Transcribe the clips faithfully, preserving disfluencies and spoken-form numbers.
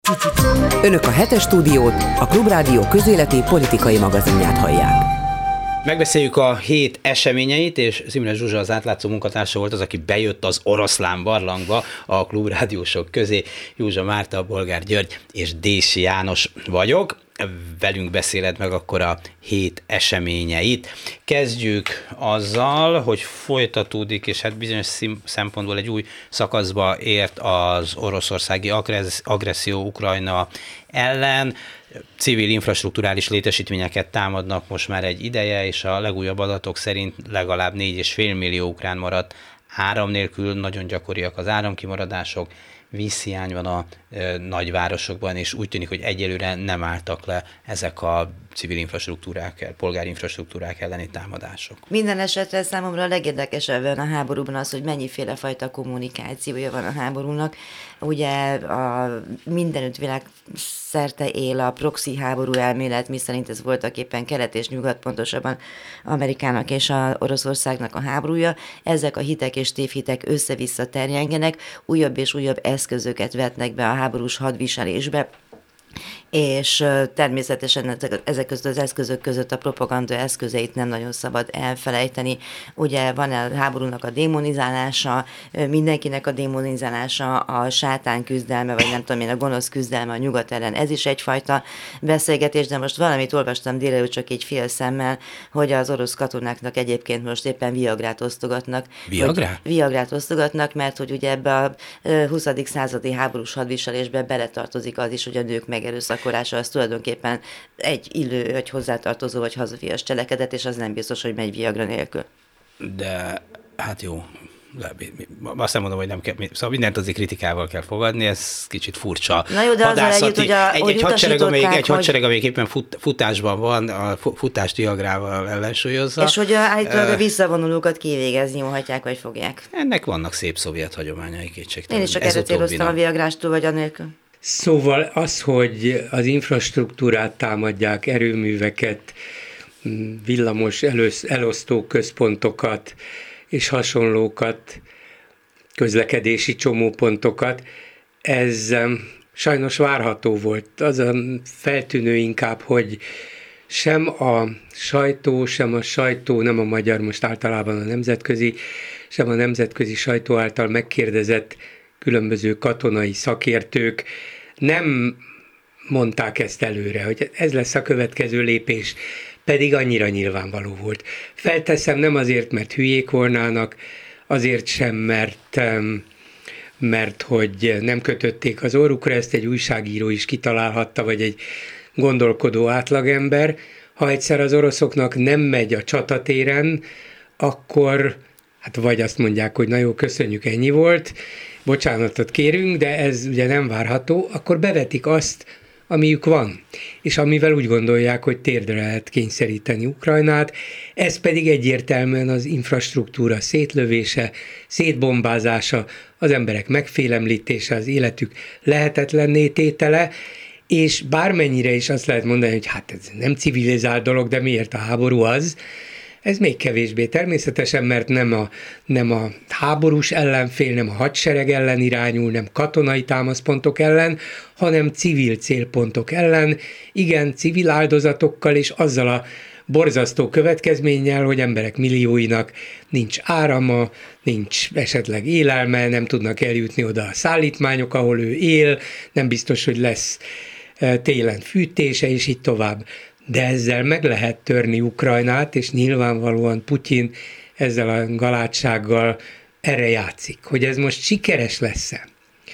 Önök a hetes stúdiót, a Klubrádió közéleti politikai magazinját hallják. Megbeszéljük a hét eseményeit, és Zimre Zsuzsa, az átlátszó munkatársa volt az, aki bejött az Oroszlán barlangba a klubrádiósok közé. Józsa Márta, Bolgár György és Dési János vagyok. Velünk beszéled meg akkor a hét eseményeit. Kezdjük azzal, hogy folytatódik, és hát bizonyos szempontból egy új szakaszba ért az oroszországi agresszió Ukrajna ellen. Civil infrastrukturális létesítményeket támadnak most már egy ideje, és a legújabb adatok szerint legalább négy és fél millió ukrán maradt áram nélkül, nagyon gyakoriak az áramkimaradások, vízhiány van a e, nagyvárosokban, és úgy tűnik, hogy egyelőre nem álltak le ezek a civil infrastruktúrák, polgári infrastruktúrák elleni támadások. Minden esetre számomra a legérdekesebb a háborúban az, hogy mennyiféle fajta kommunikációja van a háborúnak. Ugye a mindenütt világ szerte él a proxy háború elmélet, miszerint ez voltak éppen kelet és nyugat, pontosabban Amerikának és a Oroszországnak a háborúja. Ezek a hitek és tévhitek össze-vissza terjengenek, újabb és újabb eszközöket vetnek be a háborús hadviselésbe, és természetesen ezek között az eszközök között a propaganda eszközeit nem nagyon szabad elfelejteni. Ugye van a háborúnak a démonizálása, mindenkinek a démonizálása, a sátán küzdelme, vagy nem tudom én, a gonosz küzdelme a nyugat ellen. Ez is egyfajta beszélgetés, de most valamit olvastam délelőtt csak így fél szemmel, hogy az orosz katonáknak egyébként most éppen viagrát osztogatnak. Viagrát? Viagrát osztogatnak, mert hogy ugye ebbe a huszadik századi háborús hadviselésbe beletartozik az is, hogy a nők megerőszakolása az tulajdonképpen egy illő, vagy hozzátartozó, vagy hazafias cselekedet, és az nem biztos, hogy megy viagra nélkül. De hát jó, azt nem mondom, hogy nem kell, szóval mindent azért kritikával kell fogadni, ez kicsit furcsa. Na jó, de azzal együtt, hogy, a, egy, hogy egy hadsereg, amelyik, egy hadsereg, amelyik éppen fut, futásban van, a futást viagrával ellensúlyozza. És hogy állítólag a visszavonulókat kivégezni jóhatják, vagy fogják. Ennek vannak szép szovjet hagyományai, kétségtelen. Én is csak erre céloztam a viagrástól, vagy anélkül. Szóval az, hogy az infrastruktúrát támadják, erőműveket, villamos elősz, elosztó központokat és hasonlókat, közlekedési csomópontokat, ez sajnos várható volt. Az a feltűnő inkább, hogy sem a sajtó, sem a sajtó, nem a magyar, most általában a nemzetközi, sem a nemzetközi sajtó által megkérdezett különböző katonai szakértők nem mondták ezt előre, hogy ez lesz a következő lépés, pedig annyira nyilvánvaló volt. Felteszem, nem azért, mert hülyék volnának, azért sem, mert, mert hogy nem kötötték az orrukra, ezt egy újságíró is kitalálhatta, vagy egy gondolkodó átlagember. Ha egyszer az oroszoknak nem megy a csatatéren, akkor hát vagy azt mondják, hogy na jó, köszönjük, ennyi volt, bocsánatot kérünk, de ez ugye nem várható, akkor bevetik azt, amiük van, és amivel úgy gondolják, hogy térdre lehet kényszeríteni Ukrajnát, ez pedig egyértelműen az infrastruktúra szétlövése, szétbombázása, az emberek megfélemlítése, az életük lehetetlenné tétele, és bármennyire is azt lehet mondani, hogy hát ez nem civilizált dolog, de miért a háború az, ez még kevésbé természetesen, mert nem a, nem a háborús ellenfél, nem a hadsereg ellen irányul, nem katonai támaszpontok ellen, hanem civil célpontok ellen, igen, civil áldozatokkal és azzal a borzasztó következménnyel, hogy emberek millióinak nincs árama, nincs esetleg élelme, nem tudnak eljutni oda a szállítmányok, ahol ő él, nem biztos, hogy lesz télen fűtése, és így tovább. De ezzel meg lehet törni Ukrajnát, és nyilvánvalóan Putyin ezzel a galátsággal erre játszik. Hogy ez most sikeres lesz-e?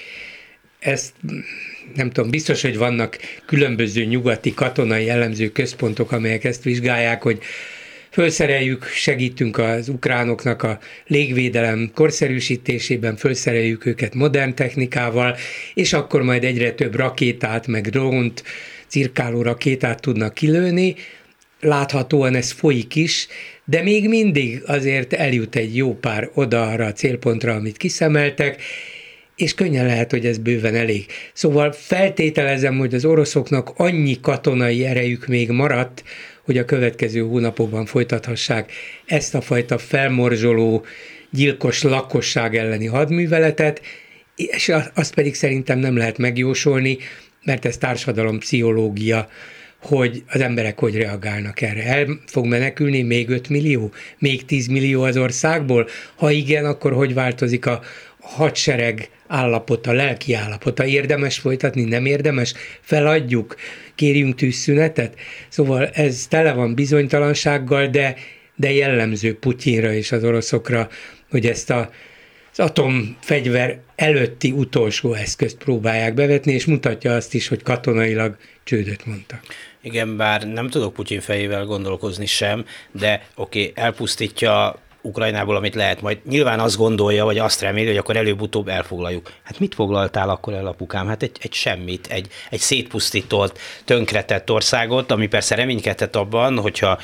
Ezt nem tudom, biztos, hogy vannak különböző nyugati katonai elemző központok, amelyek ezt vizsgálják, hogy fölszereljük, segítünk az ukránoknak a légvédelem korszerűsítésében, fölszereljük őket modern technikával, és akkor majd egyre több rakétát, meg drónt, cirkáló rakétát tudnak kilőni. Láthatóan ez folyik is, de még mindig azért eljut egy jó pár oda arra a célpontra, amit kiszemeltek, és könnyen lehet, hogy ez bőven elég. Szóval feltételezem, hogy az oroszoknak annyi katonai erejük még maradt, hogy a következő hónapokban folytathassák ezt a fajta felmorzsoló, gyilkos lakosság elleni hadműveletet, és azt pedig szerintem nem lehet megjósolni, mert ez társadalompszichológia, hogy az emberek hogy reagálnak erre. El fog menekülni még öt millió, még tíz millió az országból? Ha igen, akkor hogy változik a hadsereg állapota, lelki állapota? Érdemes folytatni, nem érdemes? Feladjuk, kérjünk tűzszünetet? Szóval ez tele van bizonytalansággal, de, de jellemző Putyinra és az oroszokra, hogy ezt a az atomfegyver előtti utolsó eszközt próbálják bevetni, és mutatja azt is, hogy katonailag csődöt mondtak. Igen, bár nem tudok Putyin fejével gondolkozni sem, de oké, okay, elpusztítja Ukrajnából, amit lehet, majd nyilván azt gondolja, vagy azt reméli, hogy akkor előbb-utóbb elfoglaljuk. Hát mit foglaltál akkor el, apukám? Hát egy, egy semmit, egy, egy szétpusztított, tönkretett országot, ami persze reménykedett abban, hogyha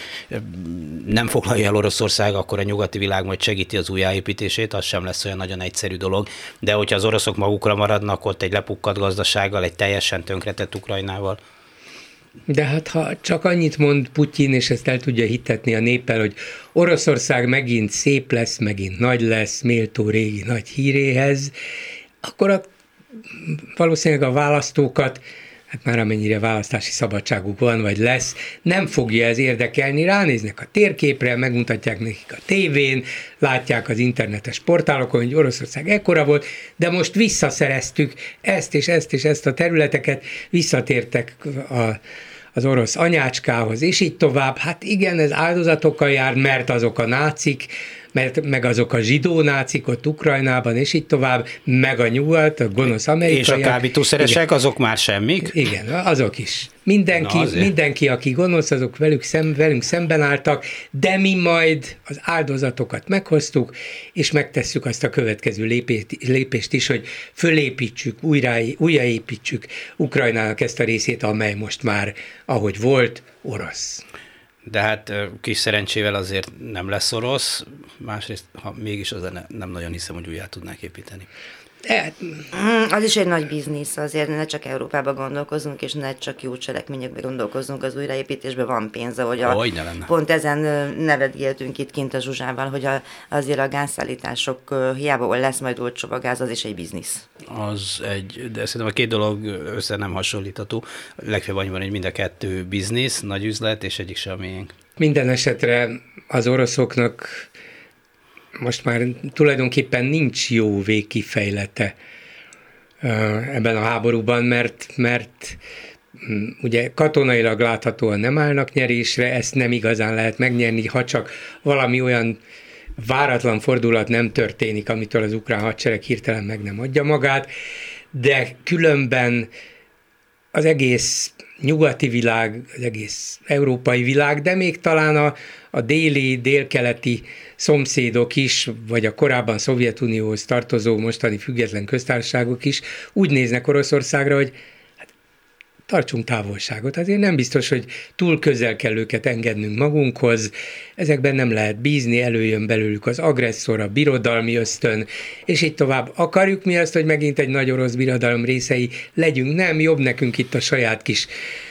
nem foglalja el Oroszország, akkor a nyugati világ majd segíti az újjáépítését, az sem lesz olyan nagyon egyszerű dolog, de hogyha az oroszok magukra maradnak ott egy lepukkadt gazdasággal, egy teljesen tönkretett Ukrajnával. De hát ha csak annyit mond Putyin, és ezt el tudja hitetni a néppel, hogy Oroszország megint szép lesz, megint nagy lesz, méltó régi nagy híréhez, akkor a, valószínűleg a választókat, hát már amennyire választási szabadságuk van, vagy lesz, nem fogja ez érdekelni, ránéznek a térképre, megmutatják nekik a tévén, látják az internetes portálokon, hogy Oroszország ekkora volt, de most visszaszereztük ezt és ezt és ezt a területeket, visszatértek a, az orosz anyácskához, és így tovább. Hát igen, ez áldozatokkal jár, mert azok a nácik, mert meg azok a zsidó nácik ott Ukrajnában, és így tovább, meg a nyugat, a gonosz amerikaiak. És a kábítószeresek, azok már semmik? Igen, azok is. Mindenki, mindenki, aki gonosz, azok velük szem, velünk szemben álltak, de mi majd az áldozatokat meghoztuk, és megtesszük azt a következő lépést, lépést is, hogy fölépítsük, újra, újraépítsük Ukrajnának ezt a részét, amely most már, ahogy volt, orosz. De hát kis szerencsével azért nem lesz orosz, másrészt, ha mégis az nem nagyon hiszem, hogy újjá tudnák építeni. De, az is egy nagy biznisz, azért ne csak Európába gondolkozunk, és ne csak jó cselekményekbe gondolkozunk, az újraépítésben van pénz, ahogy a, pont ezen nevetgéltünk itt kint a Zsuzsával, hogy a, azért a gázszállítások hiába lesz majd olcsóbb a gáz, az is egy biznisz. Az egy, de szerintem a két dolog össze nem hasonlítható. Legfeljebb annyiban, hogy mind a kettő biznisz, nagy üzlet, és egyik sem a miénk. Minden esetre az oroszoknak most már tulajdonképpen nincs jó végkifejlete ebben a háborúban, mert, mert ugye katonailag láthatóan nem állnak nyerésre, ezt nem igazán lehet megnyerni, ha csak valami olyan váratlan fordulat nem történik, amitől az ukrán hadsereg hirtelen meg nem adja magát, de különben az egész nyugati világ, az egész európai világ, de még talán a, a déli, délkeleti szomszédok is, vagy a korábban Szovjetunióhoz tartozó mostani független köztársaságok is úgy néznek Oroszországra, hogy hát, tartsunk távolságot. Azért nem biztos, hogy túl közel kell őket engednünk magunkhoz, ezekben nem lehet bízni, előjön belőlük az agresszor, a birodalmi ösztön, és így tovább. Akarjuk mi azt, hogy megint egy nagy orosz birodalom részei legyünk? Nem, jobb nekünk itt a saját kis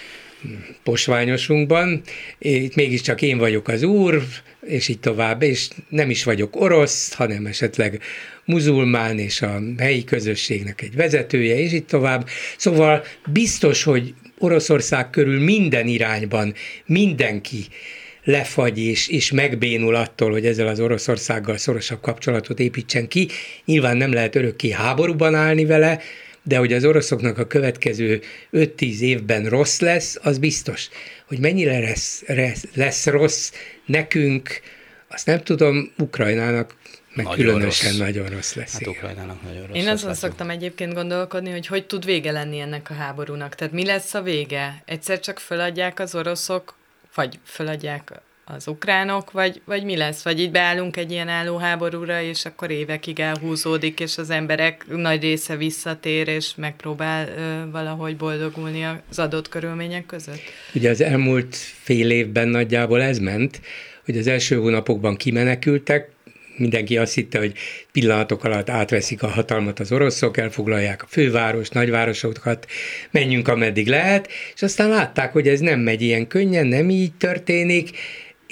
posványosunkban, itt mégiscsak én vagyok az úr, és így tovább, és nem is vagyok orosz, hanem esetleg muzulmán, és a helyi közösségnek egy vezetője, és így tovább. Szóval biztos, hogy Oroszország körül minden irányban mindenki lefagy és, és megbénul attól, hogy ezzel az Oroszországgal szorosabb kapcsolatot építsen ki. Nyilván nem lehet örökké háborúban állni vele, de hogy az oroszoknak a következő öt-tíz évben rossz lesz, az biztos. Hogy mennyire lesz, lesz rossz nekünk, azt nem tudom, Ukrajnának meg nagyon különösen rossz. Nagyon rossz lesz. Hát Ukrajnának nagyon rossz. Én azon szoktam egyébként gondolkodni, hogy hogy tud vége lenni ennek a háborúnak. Tehát mi lesz a vége? Egyszer csak föladják az oroszok, vagy föladják az ukránok, vagy, vagy mi lesz? Vagy így beállunk egy ilyen állóháborúra, és akkor évekig elhúzódik, és az emberek nagy része visszatér, és megpróbál ö, valahogy boldogulni az adott körülmények között? Ugye az elmúlt fél évben nagyjából ez ment, hogy az első hónapokban kimenekültek, mindenki azt hitte, hogy pillanatok alatt átveszik a hatalmat az oroszok, elfoglalják a főváros, nagyvárosokat, menjünk ameddig lehet, és aztán látták, hogy ez nem megy ilyen könnyen, nem így történik,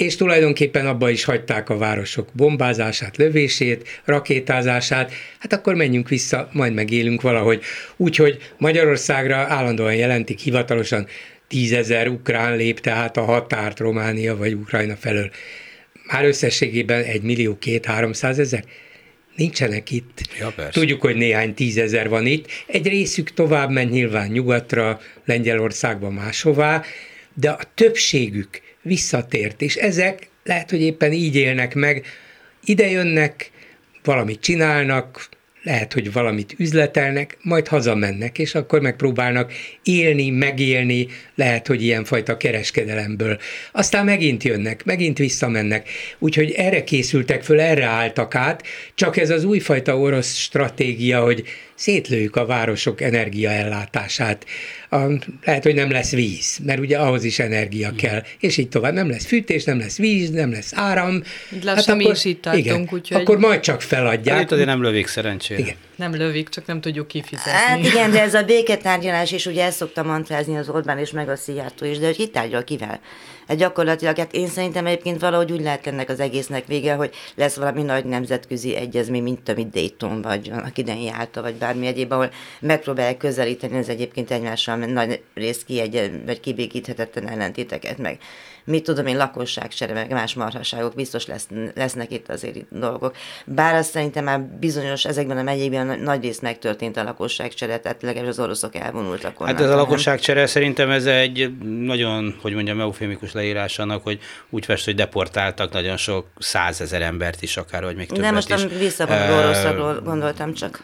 és tulajdonképpen abba is hagyták a városok bombázását, lövését, rakétázását, hát akkor menjünk vissza, majd megélünk valahogy. Úgyhogy Magyarországra állandóan jelentik hivatalosan tízezer ukrán lép tehát a határt Románia vagy Ukrajna felől. Már összességében egy millió két-háromszázezer nincsenek itt. Ja, tudjuk, hogy néhány tízezer van itt. Egy részük tovább ment nyilván nyugatra, Lengyelországba, máshová, de a többségük visszatért, és ezek lehet, hogy éppen így élnek meg, ide jönnek, valamit csinálnak, lehet, hogy valamit üzletelnek, majd hazamennek, és akkor megpróbálnak élni, megélni, lehet, hogy ilyenfajta kereskedelemből. Aztán megint jönnek, megint visszamennek. Úgyhogy erre készültek föl, erre álltak át, csak ez az újfajta orosz stratégia, hogy szétlőjük a városok energiaellátását. A, lehet, hogy nem lesz víz, mert ugye ahhoz is energia kell, és így tovább. Nem lesz fűtés, nem lesz víz, nem lesz áram. Lassan hát mi is itt tartunk, igen, úgyhogy... akkor majd csak feladják. Hát itt azért nem lövik szerencsére. Igen. Nem lövik, csak nem tudjuk kifizetni. Hát igen, de ez a béketárgyalás is, ugye ezt szokta mantrázni az Orbán és meg a Szijjártó is, de hogy itt tárgyal kivel? Hát gyakorlatilag, hát én szerintem egyébként valahogy úgy lehet ennek az egésznek vége, hogy lesz valami nagy nemzetközi egyezmény, mint amit Dayton, vagy annak idején Jálta, vagy bármi egyéb, ahol megpróbálják közelíteni az egyébként egymással nagy részt kiegye, vagy kibékíthetetlen ellentéteket, meg mit tudom én, lakosságsere, meg más marhaságok, biztos lesz, lesznek itt azért itt dolgok. Bár azt szerintem már bizonyos, ezekben a megyékben nagy rész megtörtént a lakosságcsere, tehát legalábbis az oroszok elvonultak onnan. Hát ez a lakosságcsere szerintem ez egy nagyon, hogy mondjam, eufémikus leírás annak, hogy úgy fest, hogy deportáltak nagyon sok százezer embert is, akár, vagy még többet is. De most nem visszavonuló uh, oroszokról gondoltam csak.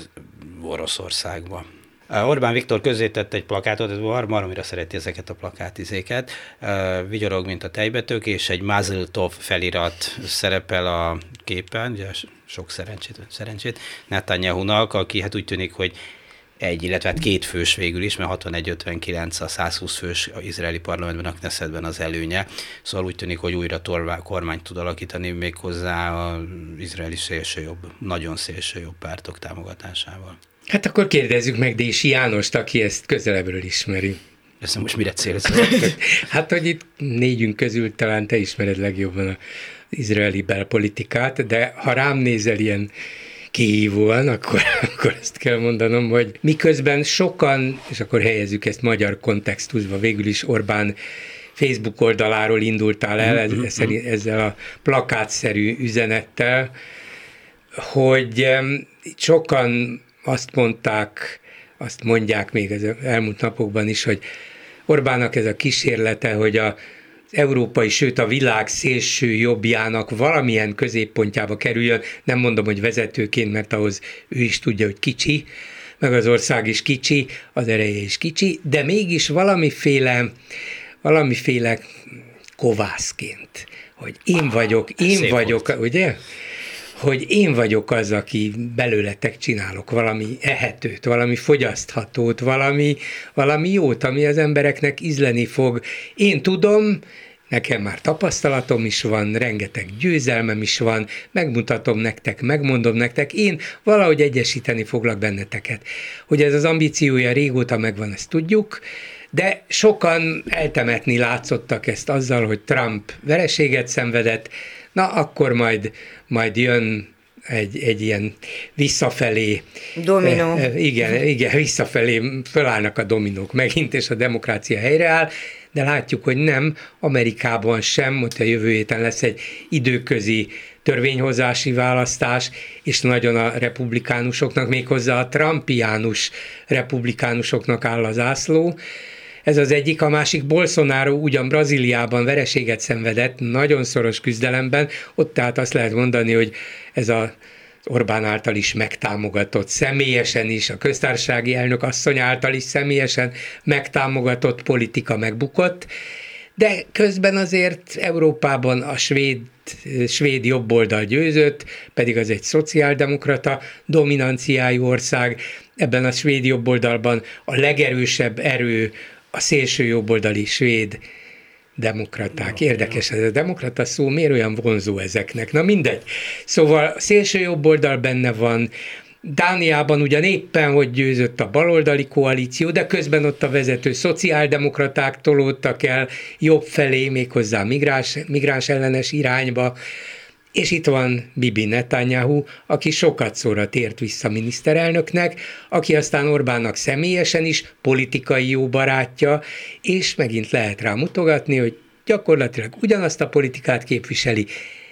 Oroszországba. Orbán Viktor közzétett egy plakátot, ez baromira szereti ezeket a plakátizéket, vigyorog, mint a tejbetök, és egy Mazel Tov felirat szerepel a képen, ugye sok szerencsét, szerencsét Netanyahunak, aki hát úgy tűnik, hogy egy, illetve hát két fős végül is, mert hatvanegy ötvenkilenc a száz húsz fős izraeli parlamentben, a Knessetben az előnye. Szóval úgy tűnik, hogy újra torvá, kormányt tud alakítani méghozzá az izraeli szélsőjobb, nagyon szélsőjobb pártok támogatásával. Hát akkor kérdezzük meg Dési Jánost, aki ezt közelebbről ismeri. Ezt most mire célzol? Hát, hogy itt négyünk közül talán te ismered legjobban az izraeli belpolitikát, de ha rám nézel ilyen kihívóan, akkor, akkor ezt kell mondanom, hogy miközben sokan, és akkor helyezzük ezt magyar kontextusba, végül is Orbán Facebook oldaláról indultál el mm-hmm. ezzel a plakátszerű üzenettel, hogy sokan azt mondták, azt mondják még az elmúlt napokban is, hogy Orbánnak ez a kísérlete, hogy az európai, sőt a világ szélső jobbjának valamilyen középpontjába kerüljön, nem mondom, hogy vezetőként, mert ahhoz ő is tudja, hogy kicsi, meg az ország is kicsi, az ereje is kicsi, de mégis valamiféle, valamiféle kovászként, hogy én vagyok, én Szép vagyok, volt. Ugye? hogy én vagyok az, aki belőletek csinálok valami ehetőt, valami fogyaszthatót, valami, valami jót, ami az embereknek ízleni fog. Én tudom, nekem már tapasztalatom is van, rengeteg győzelmem is van, megmutatom nektek, megmondom nektek, én valahogy egyesíteni foglak benneteket. Hogy ez az ambíciója régóta megvan, ezt tudjuk, de sokan eltemetni látszottak ezt azzal, hogy Trump vereséget szenvedett, na akkor majd, majd jön egy, egy ilyen visszafelé. Dominó. Eh, igen, igen, visszafelé fölállnak a dominók megint, és a demokrácia helyreáll, de látjuk, hogy nem, Amerikában sem, ott a jövő héten lesz egy időközi törvényhozási választás, és nagyon a republikánusoknak, méghozzá a trumpiánus republikánusoknak áll az zászló. Ez az egyik, a másik Bolsonaro ugyan Brazíliában vereséget szenvedett, nagyon szoros küzdelemben, ott tehát azt lehet mondani, hogy ez a Orbán által is megtámogatott, személyesen is, a köztársasági elnök asszony által is személyesen megtámogatott politika megbukott, de közben azért Európában a svéd, svéd jobboldal győzött, pedig az egy szociáldemokrata dominanciájú ország, ebben a svéd jobboldalban a legerősebb erő a szélső jobboldali svéd demokraták. Érdekes ez a demokrata szó, miért olyan vonzó ezeknek? Na mindegy. Szóval a szélső jobboldal benne van, Dániában ugyan éppen, hogy győzött a baloldali koalíció, de közben ott a vezető szociáldemokraták tolódtak el jobb felé, méghozzá migráns, migráns ellenes irányba, és itt van Bibi Netanyahu, aki sokat szóra tért vissza miniszterelnöknek, aki aztán Orbánnak személyesen is politikai jó barátja, és megint lehet rá mutogatni, hogy gyakorlatilag ugyanazt a politikát képviseli,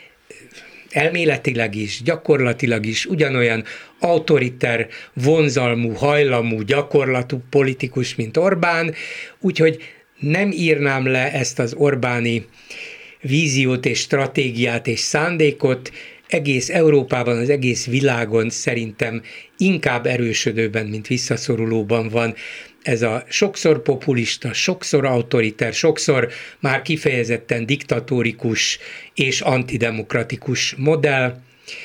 elméletileg is, gyakorlatilag is ugyanolyan autoriter, vonzalmú, hajlamú, gyakorlatú politikus, mint Orbán, úgyhogy nem írnám le ezt az Orbáni víziót és stratégiát és szándékot, egész Európában, az egész világon szerintem inkább erősödőben, mint visszaszorulóban van ez a sokszor populista, sokszor autoriter, sokszor már kifejezetten diktatórikus és antidemokratikus modell,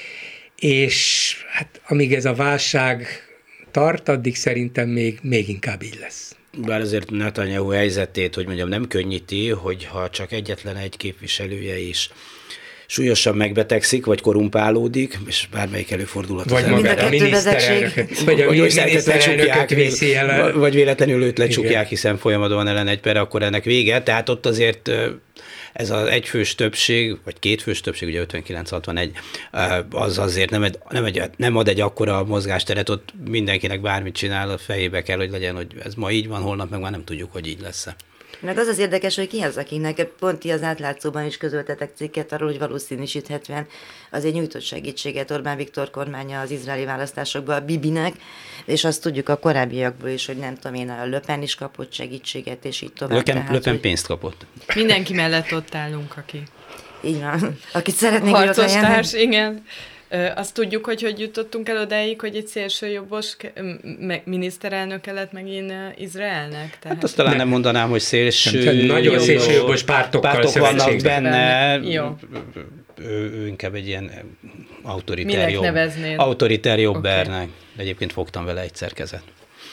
és hát amíg ez a válság tart, addig szerintem még, még inkább így lesz. Bár azért Netanyahu helyzetét, hogy mondjam, nem könnyíti, hogyha csak egyetlen egy képviselője is súlyosan megbetegszik, vagy korumpálódik, és bármelyik előfordulhat. Vagy magát a miniszterelnököt, vagy a miniszterelnököt viszi el. Vagy véletlenül őt lecsukják, hiszen folyamatban van ellen egy per, akkor ennek vége. Tehát ott azért ez az egyfős többség, vagy kétfős többség, ugye ötvenkilenc hatvanegy, az azért nem, egy, nem, egy, nem ad egy akkora mozgásteret, ott mindenkinek bármit csinál, a fejébe kell, hogy legyen, hogy ez ma így van, holnap meg már nem tudjuk, hogy így lesz-e. Meg az az érdekes, hogy ki az, akinek pont ti az átlátszóban is közöltetek cikket arról, hogy valószínűsíthetően azért nyújtott segítséget Orbán Viktor kormánya az izraeli választásokban a Bibinek, és azt tudjuk a korábbiakból is, hogy nem tudom én, a Le Pen is kapott segítséget, és így tovább. Le Pen, Le Pen pénzt kapott. Mindenki mellett ott állunk, aki... Így van. Akit szeretnénk harcostárs, igen. Azt tudjuk, hogy hogy jutottunk el odáig, hogy egy szélsőjobbos miniszterelnöke lett megint Izraelnek. Tehát... Hát azt talán nem mondanám, hogy szélső... Nagyon szélsőjobbos pártokkal pártok vannak benne. benne. Jó. Ő, ő inkább egy ilyen autoritár, jobb, neveznéd? autoritár jobbernek. Okay. Egyébként fogtam vele egyszer kezet.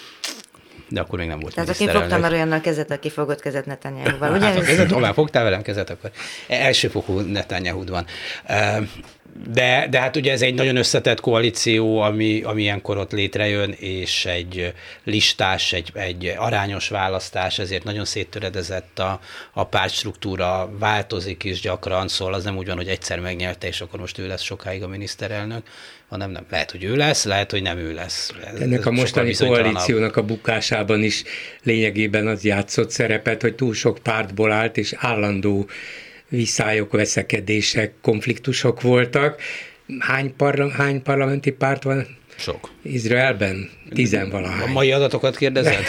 De akkor még nem volt. Tehát aki fogtam már olyannal kezet, aki fogott kezet Netanyahuval. Ugye? Hát, ha kezet, ha már fogtál velem kezet, akkor elsőfokú Netanyahud van. De, de hát ugye ez egy nagyon összetett koalíció, ami, ami ilyenkor ott létrejön, és egy listás, egy, egy arányos választás, ezért nagyon széttöredezett a, a pártstruktúra, változik is gyakran, szóval az nem úgy van, hogy egyszer megnyerte, és akkor most ő lesz sokáig a miniszterelnök, hanem nem. Lehet, hogy ő lesz, lehet, hogy nem ő lesz. Ez, Ennek ez a mostani koalíciónak a bukásában is lényegében az játszott szerepet, hogy túl sok pártból állt, és állandó viszályok, veszekedések, konfliktusok voltak. Hány, parla- hány parlamenti párt van? Sok. Izraelben? Tizenvalahány. A mai adatokat kérdezed?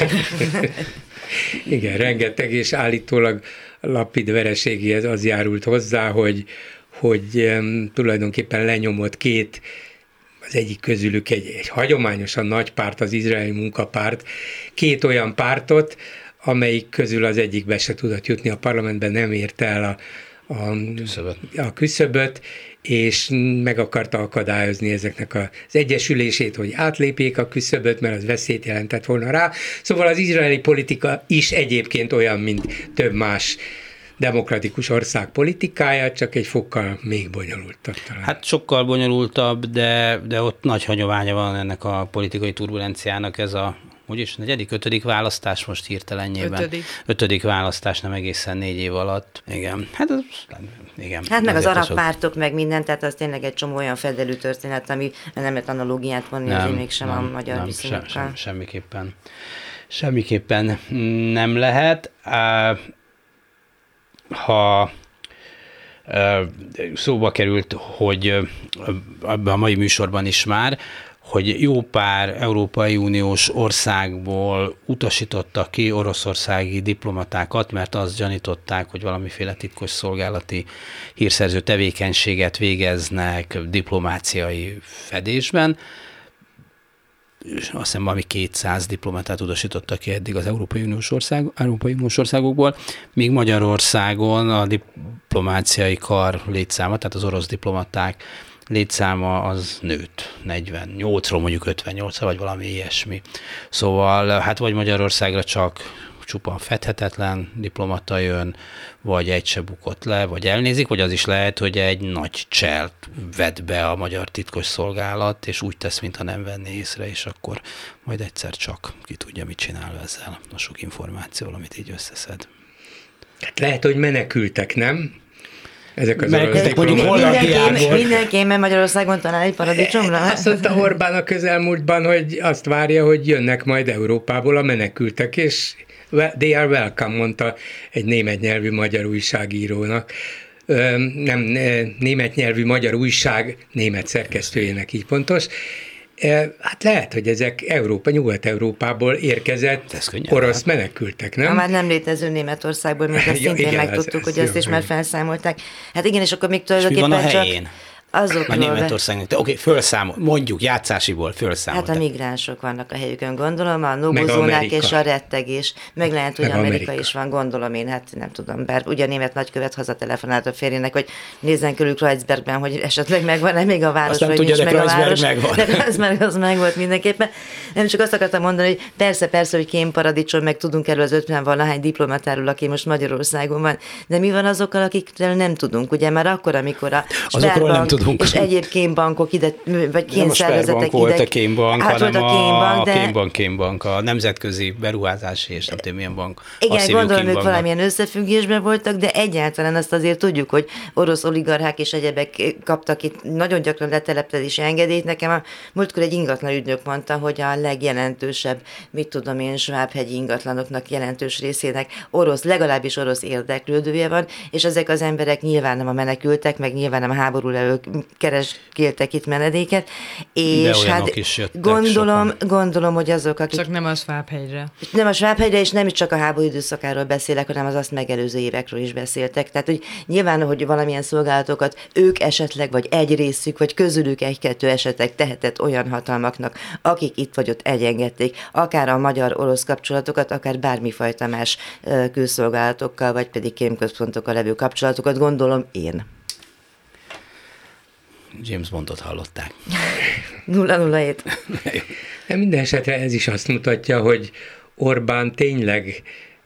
Igen, rengeteg, és állítólag Lapid vereségéhez az járult hozzá, hogy, hogy um, tulajdonképpen lenyomott két, az egyik közülük egy, egy hagyományosan nagy párt, az Izraeli Munkapárt, két olyan pártot, amelyik közül az egyikbe se tudott jutni a parlamentben, nem érte el a, a, küszöböt. a küszöböt, és meg akarta akadályozni ezeknek az egyesülését, hogy átlépjék a küszöböt, mert az veszélyt jelentett volna rá. Szóval az izraeli politika is egyébként olyan, mint több más demokratikus ország politikája, csak egy fokkal még bonyolultabb talán. Hát sokkal bonyolultabb, de, de ott nagy hagyománya van ennek a politikai turbulenciának, ez a úgyis negyedik, ötödik választás most hirtelenjében. Ötödik. Ötödik választás, nem egészen négy év alatt. Igen. Hát, az, igen. Hát meg az arab sok... pártok, meg minden, tehát az tényleg egy csomó olyan fedelű történet, ami nem lehet analógiát vonni, nem, azért mégsem nem, a magyar nem, viszonyokkal. Sem, sem, semmiképpen. Semmiképpen nem lehet. Ha szóba került, hogy a mai műsorban is már, hogy jó pár Európai Uniós országból utasítottak ki oroszországi diplomatákat, mert azt gyanították, hogy valamiféle titkos szolgálati hírszerző tevékenységet végeznek diplomáciai fedésben. És azt hiszem, valami kétszáz diplomatát utasítottak ki eddig az Európai Uniós, ország, Európai Uniós országokból, míg Magyarországon a diplomáciai kar létszáma, tehát az orosz diplomaták létszáma az nőtt, negyvennyolcról mondjuk ötvennyolcra, vagy valami ilyesmi. Szóval hát vagy Magyarországra csak, csupán fedhetetlen diplomata jön, vagy egy se bukott le, vagy elnézik, vagy az is lehet, hogy egy nagy cselt vett be a magyar titkos szolgálat, és úgy tesz, mintha nem venné észre, és akkor majd egyszer csak ki tudja, mit csinál ezzel a sok információval, amit így összeszed. Hát lehet, hogy menekültek, nem? Ezek az orosz diplomaták. Mindenki, mert Magyarországon talál egy paradicsomra. Azt mondta Orbán a közelmúltban, hogy azt várja, hogy jönnek majd Európából a menekültek, és they are welcome, mondta egy német nyelvű magyar újságírónak. Nem, német nyelvű magyar újság német szerkesztőjének, így pontos. Hát lehet, hogy ezek Európa, Nyugat-Európából érkezett orosz menekültek, nem? Ha már nem létező Németországból, mint ezt szintén ja, megtudtuk, hogy azt is már felszámolták. Hát igen, és akkor még tulajdonképpen csak... A Németországnak. Oké, okay, fölszámol, mondjuk játszásiból fölszámoltak. Hát a migránsok vannak a helyükön, gondolom, a nobozónák és a rettegés. Meg lehet, hogy meg Amerika. Amerika is van, gondolom én, hát nem tudom, bár ugye a német nagykövet hazatelefonált a férjének, hogy nézzen körül Kreuzbergben, hogy esetleg megvan-e még a város, vagy nincs meg a város. Megvan. De az meg, az meg volt mindenképpen. Nem csak azt akartam mondani, hogy persze, persze, hogy kémparadicsom, meg tudunk erről az ötven valahány diplomatáról, aki most Magyarországon van, de mi van azokkal, akikről nem tudunk, ugye már akkor, amikor a Sperbank és egyéb kémbankok ide, vagy kémszervezetek ide. Volt a kémbank, hát hanem a kémbank, a de... kémbank, kémbank, a Nemzetközi Beruházási és nem tudom milyen bank. Igen, gondolom, ők valamilyen összefüggésben voltak, de egyáltalán azt azért tudjuk, hogy orosz oligarchák és egyebek kaptak itt nagyon gyakran letelepedési engedélyt. Nekem a múltkor egy ingatlan ügynök mondta, hogy a legjelentősebb, mit tudom én, Svábhegyi ingatlanoknak jelentős részének orosz, legalábbis orosz érdeklődője van, és ezek az emberek nyilván nem a menekültek, meg nyilván nem a háború elők keresgéltek itt menedéket, és hát gondolom, gondolom, hogy azok, akik... Csak nem a Svábhegyre. Nem a Svábhegyre, és nem is csak a háború időszakáról beszélek, hanem az azt megelőző évekről is beszéltek. Tehát, hogy nyilván, hogy valamilyen szolgálatokat ők esetleg, vagy egy részük, vagy közülük egy-kettő esetleg tehetett olyan hatalmaknak, akik itt vagy ott egyengedték, akár a magyar-orosz kapcsolatokat, akár bármifajta más külszolgálatokkal, vagy pedig kémközpontokkal levő kapcsolatokat, gondolom én. James Bondot hallották. nulla nulla hét. Minden esetre ez is azt mutatja, hogy Orbán tényleg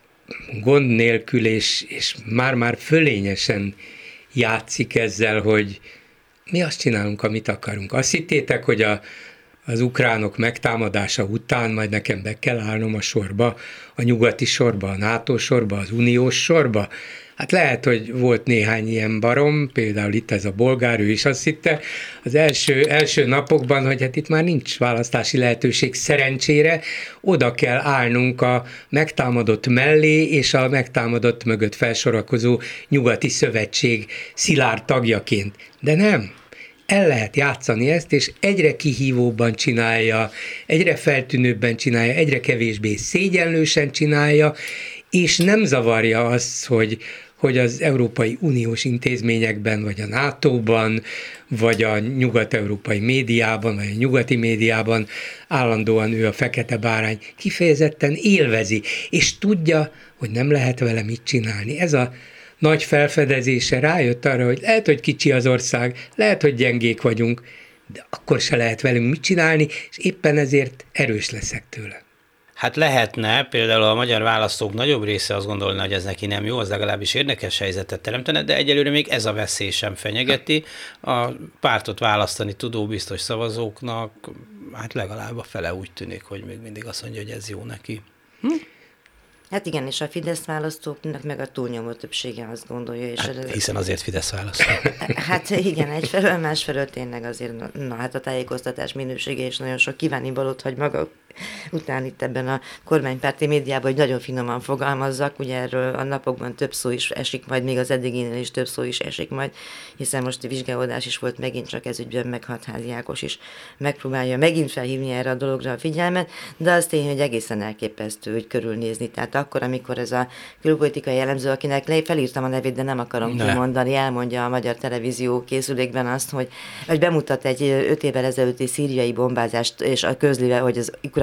gond nélkül és, és már-már fölényesen játszik ezzel, hogy mi azt csinálunk, amit akarunk. Azt hittétek, hogy a, az ukránok megtámadása után majd nekem be kell állnom a sorba, a nyugati sorba, a NATO sorba, az uniós sorba? Hát lehet, hogy volt néhány ilyen barom, például itt ez a bolgár, ő is azt hitte az első, első napokban, hogy hát itt már nincs választási lehetőség szerencsére, oda kell állnunk a megtámadott mellé és a megtámadott mögött felsorakozó nyugati szövetség szilárd tagjaként. De nem. El lehet játszani ezt, és egyre kihívóbban csinálja, egyre feltűnőbben csinálja, egyre kevésbé szégyenlősen csinálja, és nem zavarja azt, hogy hogy az Európai Uniós intézményekben, vagy a nátóban, vagy a nyugat-európai médiában, vagy a nyugati médiában állandóan ő a fekete bárány kifejezetten élvezi, és tudja, hogy nem lehet vele mit csinálni. Ez a nagy felfedezése rájött arra, hogy lehet, hogy kicsi az ország, lehet, hogy gyengék vagyunk, de akkor se lehet velünk mit csinálni, és éppen ezért erős leszek tőle. Hát lehetne, például a magyar választók nagyobb része azt gondolna, hogy ez neki nem jó, az legalábbis érdekes helyzetet teremtene, de egyelőre még ez a veszély sem fenyegeti. A pártot választani tudó biztos szavazóknak, hát legalább a fele úgy tűnik, hogy még mindig azt mondja, hogy ez jó neki. Hm? Hát igen, és a Fidesz választóknak meg a túlnyomó többsége azt gondolja. És hát, hiszen azért Fidesz választó. Hát igen, egyfelől, másfelől tényleg azért, na hát a tájékoztatás minősége és nagyon sok kívánnivalót hagy maga után itt ebben a kormánypárti médiában, hogy nagyon finoman fogalmazzak, ugye erről a napokban több szó is esik majd, még az eddiginél is több szó is esik majd, hiszen most a vizsgálódás is volt megint csak ez ügyben, meg Hatházi Ákos is megpróbálja megint felhívni erre a dologra a figyelmet, de az tény, hogy egészen elképesztő, hogy körülnézni. Tehát akkor, amikor ez a külpolitikai elemző, akinek le, felírtam a nevét, de nem akarom ne. kimondani, elmondja a magyar televízió készülékben azt, hogy, hogy bemutat egy öt évvel ezelőtti szíriai bombázást, és a közlivel, hogy az ukrán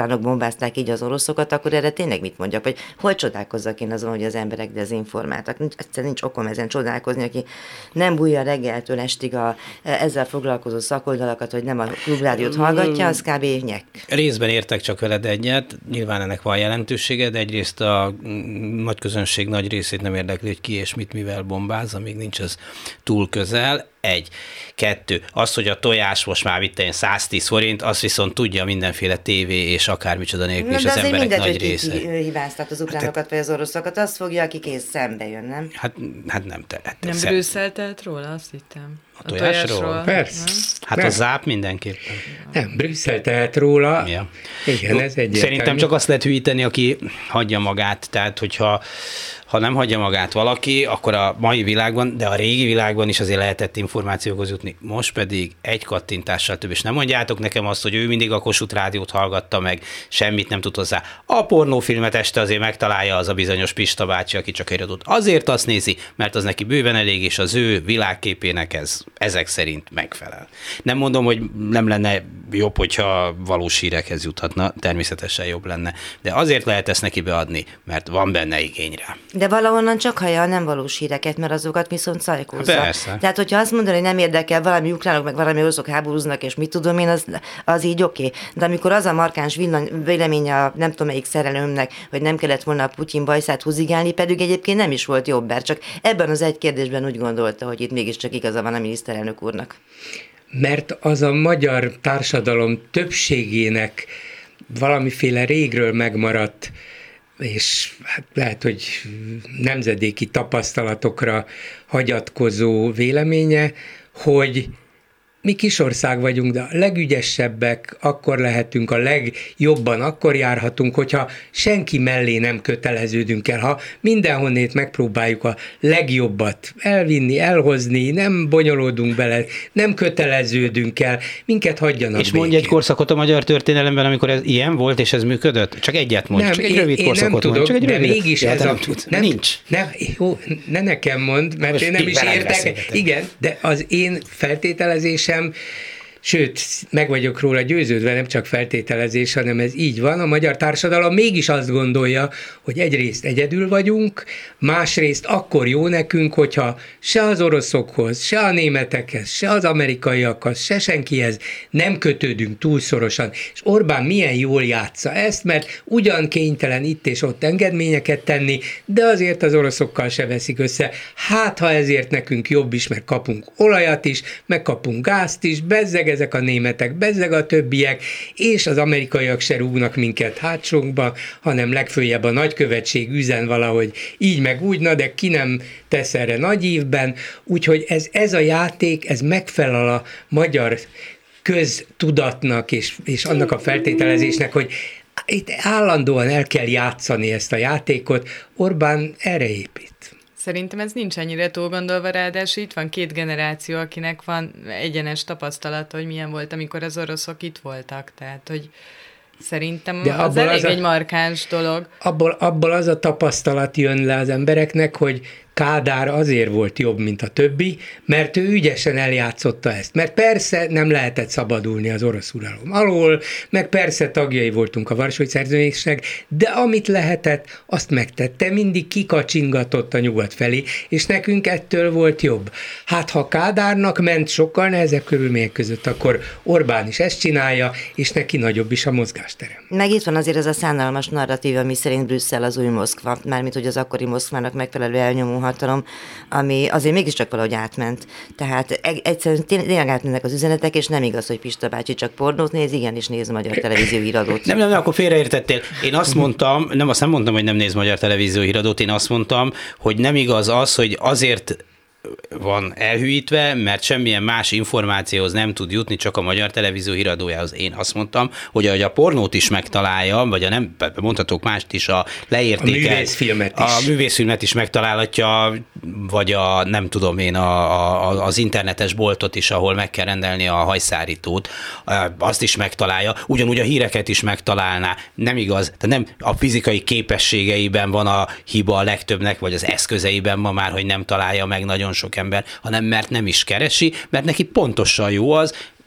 ukránok bombázták így az oroszokat, akkor erre tényleg mit mondjak? Vagy hol csodálkozzak én azon, hogy az emberek dezinformáltak? Nincs, egyszerűen nincs okom ezen csodálkozni, aki nem bújja reggeltől estig a, ezzel foglalkozó szakoldalakat, hogy nem a Klubrádiót hallgatja, az kb. Nyek. Részben értek csak veled egyet, nyilván ennek van jelentősége, de egyrészt a nagy közönség nagy részét nem érdekli, hogy ki és mit mivel bombáz, amíg nincs az túl közel. Egy. Kettő. Az, hogy a tojás most már itt száztíz forint, azt viszont tudja mindenféle tévé és akármicsoda nélkül is az emberek mindegy, nagy része. De azért hibáztat az ukránokat hát, vagy az oroszokat, azt fogja, aki kész szembe jön, nem? Hát, hát nem te. Hát nem Brüsszel telt róla, azt hittem. A, a tojásról? tojásról? Persze. Nem? Hát nem. A záp mindenképpen. Nem, Brüsszel tehet róla. Ja. Igen, ez egyértelmű. Szerintem csak azt lehet hűíteni, aki hagyja magát. Tehát, hogyha ha nem hagyja magát valaki, akkor a mai világban, de a régi világban is azért lehetett információkhoz jutni. Most pedig egy kattintással több, és nem mondjátok nekem azt, hogy ő mindig a Kossuth Rádiót hallgatta meg, semmit nem tud hozzá. A pornófilmet este azért megtalálja az a bizonyos Pista bácsi, aki csak egy adott. Azért azt nézi, mert az neki bőven elég, és az ő világképének ez ezek szerint megfelel. Nem mondom, hogy nem lenne jobb, hogyha valós hírekhez juthatna, természetesen jobb lenne, de azért lehet ezt neki beadni, mert van benne igény rá. De valahonnan csak hallja a nem valós híreket, mert azokat viszont szajkózza. Persze. Tehát, hogyha azt mondod, hogy nem érdekel, valami ukránok, meg valami oroszok háborúznak, és mit tudom én, az, az így oké. Okay. De amikor az a markáns véleménye a nem tudom melyik szerelőmnek, hogy nem kellett volna a Putyin bajszát húzigálni, pedig egyébként nem is volt jobb, bár csak ebben az egy kérdésben úgy gondolta, hogy itt mégiscsak igaza van a miniszterelnök úrnak. Mert az a magyar társadalom többségének valamiféle régről megmaradt, és hát lehet, hogy nemzedéki tapasztalatokra hagyatkozó véleménye, hogy mi kisország vagyunk, de a legügyesebbek, akkor lehetünk, a legjobban akkor járhatunk, hogyha senki mellé nem köteleződünk el. Ha mindenhonnét megpróbáljuk a legjobbat elvinni, elhozni, nem bonyolódunk bele, nem köteleződünk el, minket hagyjanak És mondj egy korszakot a magyar történelemben, amikor ez ilyen volt, és ez működött? Csak egyet mondj, nem, csak egy én, rövid én korszakot nem mondj. Tudok, csak egy de rövid. mégis ja, ez nem a... tud. Nem, Nincs. Nem, jó, ne nekem mondd, mert most én nem is értek. Igen, de az én feltételezésem, sőt, meg vagyok róla győződve, nem csak feltételezés, hanem ez így van. A magyar társadalom mégis azt gondolja, hogy egyrészt egyedül vagyunk, másrészt akkor jó nekünk, hogyha se az oroszokhoz, se a németekhez, se az amerikaiakhoz, se senkihez nem kötődünk túl szorosan. És Orbán milyen jól játsza ezt, mert ugyan kénytelen itt és ott engedményeket tenni, de azért az oroszokkal se veszik össze. Hát, ha ezért nekünk jobb is, mert kapunk olajat is, meg kapunk gázt is, bezzeg ezek a németek, bezzeg a többiek, és az amerikaiak se rúgnak minket hátsónkba, hanem legfőjebb a nagykövetség üzen valahogy így meg úgy, na de ki nem tesz erre nagy ívben, úgyhogy ez, ez a játék, ez megfelel a magyar köztudatnak és, és annak a feltételezésnek, hogy itt állandóan el kell játszani ezt a játékot, Orbán erre épít. Szerintem ez nincs ennyire túlgondolva, ráadásul itt van két generáció, akinek van egyenes tapasztalata, hogy milyen volt, amikor az oroszok itt voltak. Tehát, hogy szerintem de az elég az a, egy markáns dolog. Abból, abból az a tapasztalat jön le az embereknek, hogy Kádár azért volt jobb, mint a többi, mert ő ügyesen eljátszotta ezt. Mert persze nem lehetett szabadulni az orosz uralom alól, meg persze tagjai voltunk a Varsói Szerződésnek, de amit lehetett, azt megtette, mindig kikacsingatott a nyugat felé, és nekünk ettől volt jobb. Hát ha Kádárnak ment sokkal nehezebb körülmények között, akkor Orbán is ezt csinálja, és neki nagyobb is a mozgástere. Meg itt van azért ez a szánalmas narratív, ami szerint Brüsszel az új Moszkva, mármint hogy az akkori Moszkvának megfelelő elnyomó hatalom, ami azért mégiscsak valahogy átment. Tehát egyszerűen tényleg átmennek az üzenetek, és nem igaz, hogy Pista bácsi csak pornót néz, igenis néz magyar televízió híradót. Nem, nem, nem, akkor félreértettél. Én azt mondtam, nem azt nem mondtam, hogy nem néz magyar televízió híradót, én azt mondtam, hogy nem igaz az, hogy azért van elhűítve, mert semmilyen más információhoz nem tud jutni, csak a magyar televízió híradójához. Én azt mondtam, hogy ahogy a pornót is megtalálja, vagy a nem, mondhatok mást is, a leértékelt... A művészfilmet is. A művészfilmet is megtalálhatja, vagy a nem tudom én, a, a, az internetes boltot is, ahol meg kell rendelni a hajszárítót, azt is megtalálja, ugyanúgy a híreket is megtalálná. Nem igaz, tehát nem a fizikai képességeiben van a hiba a legtöbbnek, vagy az eszközeiben ma már, hogy nem találja meg nagyon sok ember, hanem mert nem is keresi, mert neki pontosan jó az,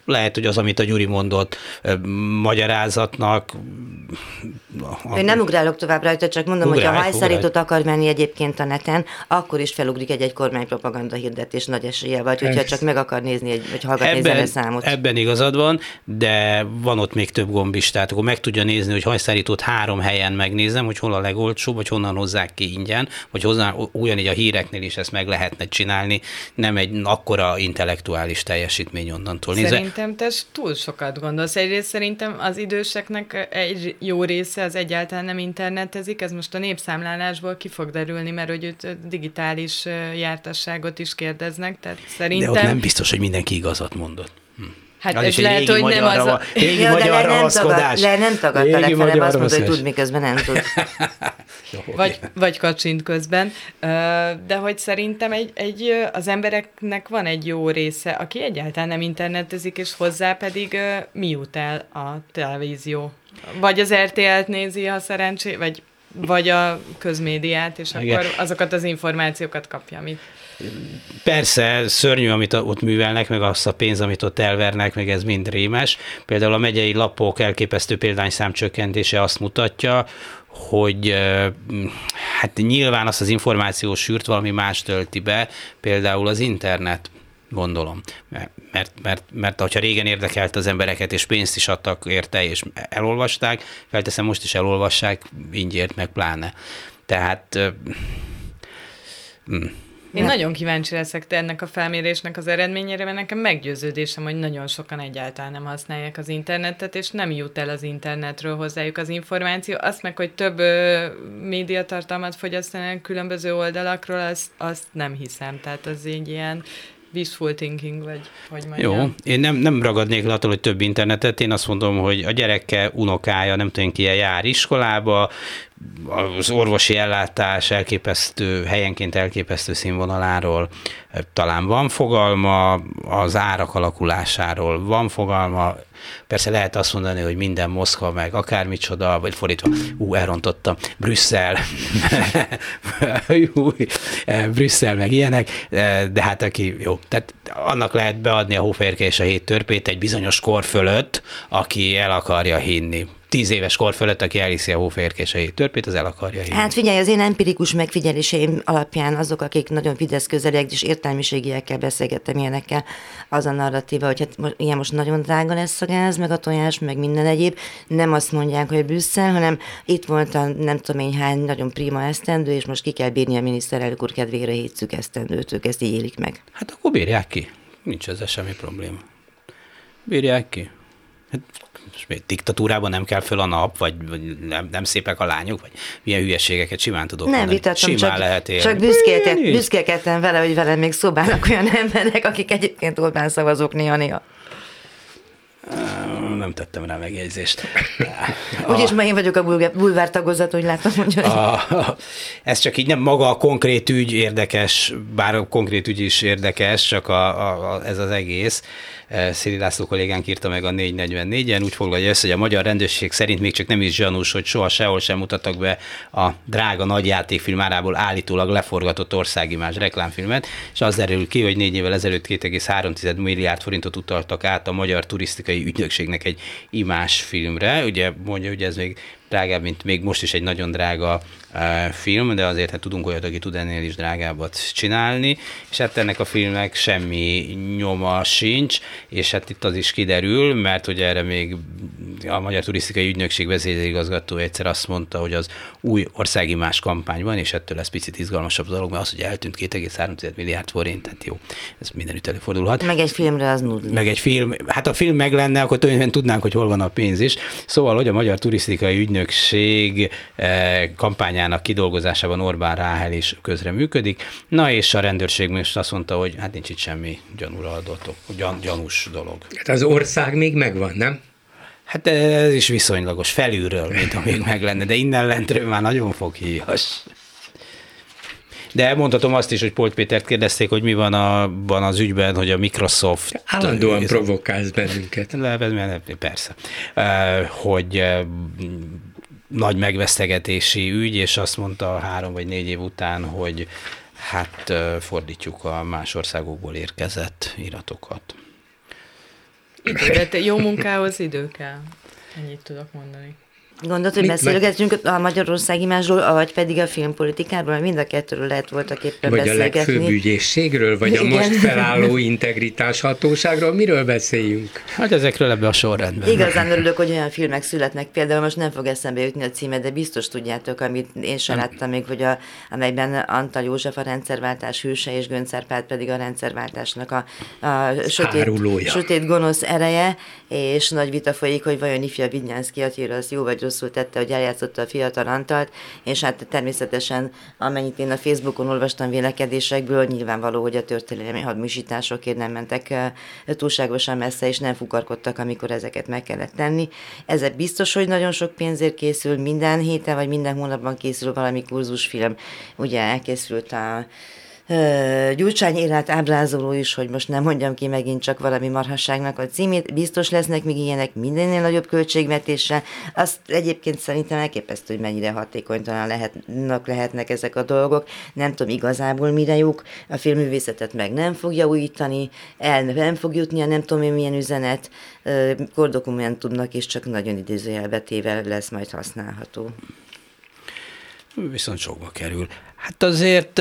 lehet, hogy az, amit a Gyuri mondott, magyarázatnak... Én nem ugrálok tovább rajta, csak mondom, Ugrálj, hogy ha hajszárítót ugrálj. akar menni egyébként a neten, akkor is felugrik egy-egy kormánypropaganda hirdetés nagy eséllyel, vagy hogyha csak meg akar nézni, egy, vagy hallgatni ebben, egy számot. Ebben igazad van, de van ott még több gomb is, tehát akkor meg tudja nézni, hogy hajszárítót három helyen megnézem, hogy hol a legolcsóbb, vagy honnan hozzák ki ingyen, vagy hozzá, ugyanígy a híreknél is ezt meg lehetne csinálni, nem egy akkora intellektuális teljesítmény onnantól nézve. Szerintem te túl sokat gondolsz. Egyrészt szerintem az időseknek egy jó része az egyáltalán nem internetezik, ez most a népszámlálásból ki fog derülni, mert hogy őt digitális jártasságot is kérdeznek, tehát szerintem... De ott nem biztos, hogy mindenki igazat mondott. Hm. Hát az ez lehet, hogy nem az a... Régi Ja, magyar le nem, ragaszkodás. tagad, le nem tagadta, Régi legfeljebb magyar azt mondta, hogy ragaszkodás. tud, miközben nem tud. Vagy, vagy kacsint közben, de hogy szerintem egy, egy, az embereknek van egy jó része, aki egyáltalán nem internetezik, és hozzá pedig mi jut el a televízió. Vagy az er té el-t nézi, ha szerencsé, vagy, vagy a közmédiát, és Igen. akkor azokat az információkat kapja, amit... Persze, szörnyű, amit ott művelnek, meg azt a pénz, amit ott elvernek, meg ez mind rémes. Például a megyei lapok elképesztő példányszám csökkentése azt mutatja, hogy hát nyilván azt az információs sűrt valami más tölti be, például az internet, gondolom. Mert, mert, mert, mert ha régen érdekelt az embereket, és pénzt is adtak érte, és elolvasták, felteszem, most is elolvassák, ingyért meg pláne. Tehát... Mm. Én ja. nagyon kíváncsi leszek te ennek a felmérésnek az eredményére, mert nekem meggyőződésem, hogy nagyon sokan egyáltalán nem használják az internetet, és nem jut el az internetről hozzájuk az információ. Azt meg, hogy több ö, médiatartalmat fogyasztanak különböző oldalakról, azt, azt nem hiszem. Tehát az egy ilyen wishful thinking, vagy hogy mondjam. Jó, én nem, nem ragadnék le attól, hogy több internetet, én azt mondom, hogy a gyereke, unokája, nem tudom ki, jár iskolába, az orvosi ellátás elképesztő, helyenként elképesztő színvonaláról talán van fogalma, az árak alakulásáról van fogalma, persze lehet azt mondani, hogy minden Moszkva, meg akármicsoda, vagy fordítva, ú, elrontottam, Brüsszel, Brüsszel, meg ilyenek, de hát aki, jó, tehát annak lehet beadni a hófehérke és a hét törpét egy bizonyos kor fölött, aki el akarja hinni. Tíz éves kor fölött, aki elhiszi a hófehérke és a hét törpét, az el akarja hinni. Hát figyelj, az én empirikus megfigyeléseim alapján azok, akik nagyon Fidesz közeliek és értelmiségiekkel beszélgettem ilyenekkel, az a narratíva, hogy hát ilyen most nagyon drága lesz a gáz, meg a tojás, meg minden egyéb. Nem azt mondják, hogy Brüsszel, hanem itt volt a nem tudom én hány nagyon prima esztendő, és most ki kell bírni a miniszterelnök úr kedvére hét szűk esztendőt, ők ezt így élik meg. Hát akkor bírják ki. Nincs ezzel semmi probléma. Bírják ki. Hát, diktatúrában nem kell föl a nap, vagy, vagy nem, nem szépek a lányok, vagy milyen hülyeségeket simán tudok nem mondani. vitatom, Simán csak, lehet élni. csak büszkéltem, büszkélkedtem vele, hogy velem még szobálnak olyan emberek, akik egyébként Orbán szavazók néha-néha. Nem tettem rá megjegyzést. Úgyis ma én vagyok a bulvár tagozat, úgy látom, hogy... A, a, ez csak így nem maga a konkrét ügy érdekes, bár a konkrét ügy is érdekes, csak a, a, a, ez az egész. Széli László kollégánk írta meg a négy negyvennégyen, úgy foglalja össze, hogy a magyar rendőrség szerint még csak nem is zsanús, hogy soha sehol sem mutattak be a drága nagyjátékfilm árából állítólag leforgatott országimázs reklámfilmet, és az derül ki, hogy négy évvel ezelőtt két egész három milliárd forintot utaltak át a Magyar Turisztikai Ügynökségnek egy imázsfilmre. Ugye mondja, hogy ez még drágább, mint még most is egy nagyon drága uh, film, de azért hát tudunk olyat, aki tud ennél is drágábbat csinálni, és hát ennek a filmnek semmi nyoma sincs, és hát itt az is kiderül, mert hogy erre még a Magyar Turisztikai Ügynökség vezérigazgató egyszer azt mondta, hogy az új országimázs kampányban, és ettől lesz picit izgalmasabb dolog, mert az, hogy eltűnt két egész három milliárd forint, tehát jó, ez mindenütt előfordulhat. Meg egy filmre az nudli. Meg egy film, hát a film meg lenne, akkor tulajdonképpen tudnánk, hogy hol van a pénz is. Szóval, hogy a Magyar Turisztikai Ügynökség kampányának kidolgozásában Orbán Ráhel is közreműködik. Na és a rendőrség most azt mondta, hogy hát nincs itt semmi gyanúra adott, gyan, gyanús dolog. Hát az ország még megvan, nem? Hát ez is viszonylagos, felülről, mint amíg meg lenne, de innen lentről már nagyon foghíjas. De mondhatom azt is, hogy Polt Pétert kérdezték, hogy mi van abban az ügyben, hogy a Microsoft... Állandóan ez, provokálsz bennünket. Le, persze. Hogy nagy megvesztegetési ügy, és azt mondta három vagy négy év után, hogy hát fordítjuk a más országokból érkezett iratokat. Időre, jó munkához idő kell. Ennyit tudok mondani. Gondolod, hogy beszélgetünk a magyarországi másról, vagy pedig a filmpolitikáról, mind a kettőről lehet voltak éppen vagy beszélgetni. Vagy a legfőbb ügyészségről, vagy igen. a most felálló integritás hatóságról, miről beszéljünk? Hát ezekről ebbe a sorrendben. Igazán örülök, hogy olyan filmek születnek, például most nem fog eszembe jutni a címe, de biztos tudjátok, amit én sem láttam még, hogy a, amelyben Antal József a rendszerváltás hőse, és Gönc Árpád pedig a rendszerváltásnak a, a sötét, sötét gonosz ereje, és nagy vita folyik, hogy vajon ifja Vidnyánszky Attila az jó vagy rosszul tette, hogy eljátszotta a fiatal Antalt, és hát természetesen amennyit én a Facebookon olvastam vélekedésekből, nyilvánvaló, hogy a történelmi hadmisításokért nem mentek túlságosan messze, és nem fukarkodtak, amikor ezeket meg kellett tenni. Ez biztos, hogy nagyon sok pénzért készül, minden héten vagy minden hónapban készül valami kurzusfilm. Ugye elkészült a Gyurcsány élet ábrázoló is, hogy most nem mondjam ki megint csak valami marhasságnak a címét, biztos lesznek még ilyenek mindennél nagyobb költségvetéssel. Azt egyébként szerintem elképesztő, hogy mennyire hatékonytalan lehetnek, lehetnek ezek a dolgok. Nem tudom igazából mire jók, a filmművészetet meg nem fogja újítani, el nem fog jutni a nem tudom én milyen üzenet, kordokumentumnak is csak nagyon idézőjelbetével lesz majd használható. Viszont sokba kerül. Hát azért,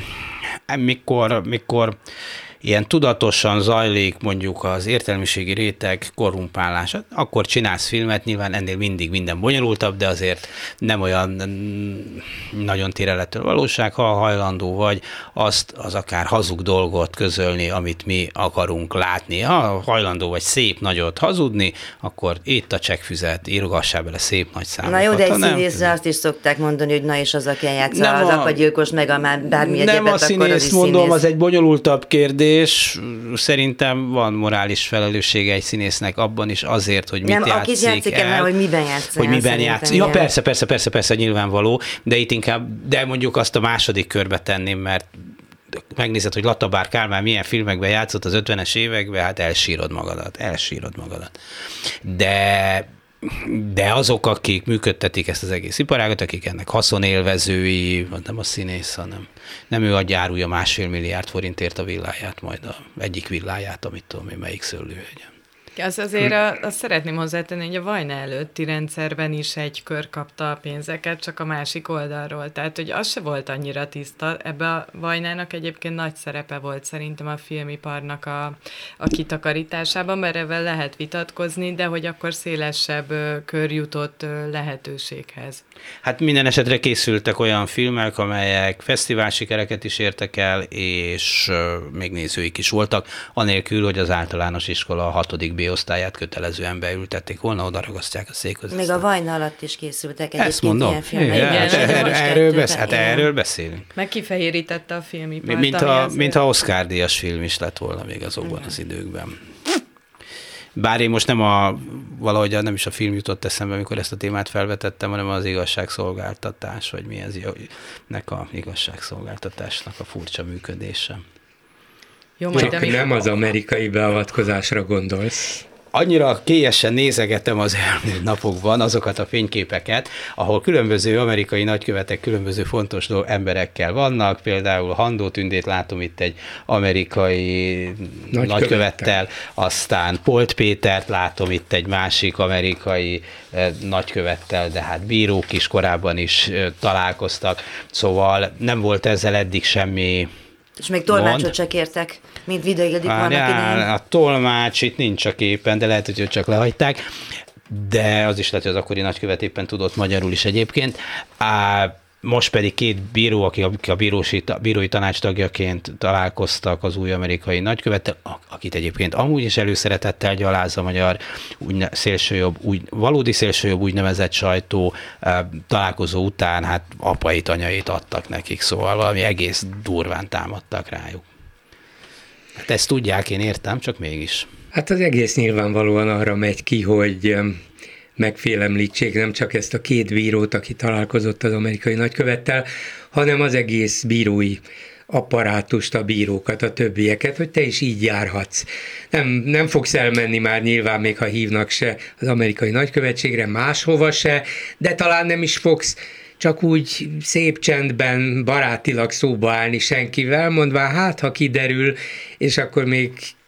mikor, mikor ilyen tudatosan zajlik mondjuk az értelmiségi réteg korrumpálása, akkor csinálsz filmet, nyilván ennél mindig minden bonyolultabb, de azért nem olyan nagyon tér el ettől valóság, ha hajlandó vagy azt az akár hazug dolgot közölni, amit mi akarunk látni. Ha hajlandó vagy szép nagyot hazudni, akkor itt a csekkfüzet, írogassál bele szép nagy számokat. Na jó, de egy színészre azt is szokták mondani, hogy na és az, aki eljátsza az apagyilkos, meg a már bármi egyebet, akkor az is színész. Nem a színész mondom, az egy bonyolultabb kérdés. Szerintem van morális felelőssége egy színésznek abban is azért, hogy mit nem, játszik akit játszik el. Nem, hogy miben játszik. Hogy miben játszik. Ja, persze, persze, persze, persze, nyilvánvaló, de itt inkább, de mondjuk azt a második körbe tenném, mert megnézed, hogy Latabár Kálmán milyen filmekben játszott az ötvenes években, hát elsírod magadat, elsírod magadat. De De azok, akik működtetik ezt az egész iparágat, akik ennek haszonélvezői, nem a színész, hanem nem ő adja, árulja másfél milliárd forintért a villáját, majd a egyik villáját, amit tudom én, melyik szőlőhegyen. Az azért a, azt szeretném hozzátenni, hogy a Vajna előtti rendszerben is egy kör kapta a pénzeket, csak a másik oldalról. Tehát, hogy az se volt annyira tiszta. Ebbe a Vajnának egyébként nagy szerepe volt szerintem a filmiparnak a, a kitakarításában, mert ebben lehet vitatkozni, de hogy akkor szélesebb kör jutott lehetőséghez. Hát minden esetre készültek olyan filmek, amelyek fesztivál sikereket is értek el, és még nézőik is voltak, anélkül, hogy az általános iskola a hatodik B osztályát kötelezően beültették volna, oda ragasztják a székhoz. Még a Vajna alatt is készültek egyébként mondom. Ilyen filmek. Igen, igen, hát erről, erről, besz, hát erről beszélünk. Meg kifehérítette a filmipart. Mint ha, mint ha Oscar-díjas film is lett volna még azokban igen. az időkben. Bár én most nem a, valahogy nem is a film jutott eszembe, amikor ezt a témát felvetettem, hanem az igazságszolgáltatás, vagy mi ez, nek a igazságszolgáltatásnak a furcsa működése. Jó, majd csak nem az amerikai beavatkozásra gondolsz. Annyira kélyesen nézegetem az elmúlt napokban azokat a fényképeket, ahol különböző amerikai nagykövetek különböző fontos emberekkel vannak, például Handó Tündét látom itt egy amerikai nagykövettel, nagykövettel aztán Polt Pétert látom itt egy másik amerikai eh, nagykövettel, de hát bírók is korábban is eh, találkoztak, szóval nem volt ezzel eddig semmi. És még tolmácsot se kértek, mint videóigadik vannak idején. A tolmács itt nincs a képen, de lehet, hogy őt csak lehagyták, de az is lehet, hogy az akkori nagykövet éppen tudott magyarul is egyébként. Most pedig két bíró, akik a bírósi, bírói tanács tagjaként találkoztak az új amerikai nagykövettel, akit egyébként amúgy is előszeretettel gyaláz a magyar úgy, szélsőjobb, úgy, valódi szélsőjobb úgynevezett sajtó, találkozó után hát apait, anyait adtak nekik, szóval valami egész durván támadtak rájuk. Hát ezt tudják, én értem, csak mégis. Hát az egész nyilvánvalóan arra megy ki, hogy megfélemlítsék nem csak ezt a két bírót, aki találkozott az amerikai nagykövettel, hanem az egész bírói apparátust, a bírókat, a többieket, hogy te is így járhatsz. Nem, nem fogsz elmenni már nyilván, még ha hívnak se az amerikai nagykövetségre, máshova se, de talán nem is fogsz csak úgy szép csendben, barátilag szóba állni senkivel, mondván hát, ha kiderül, és akkor még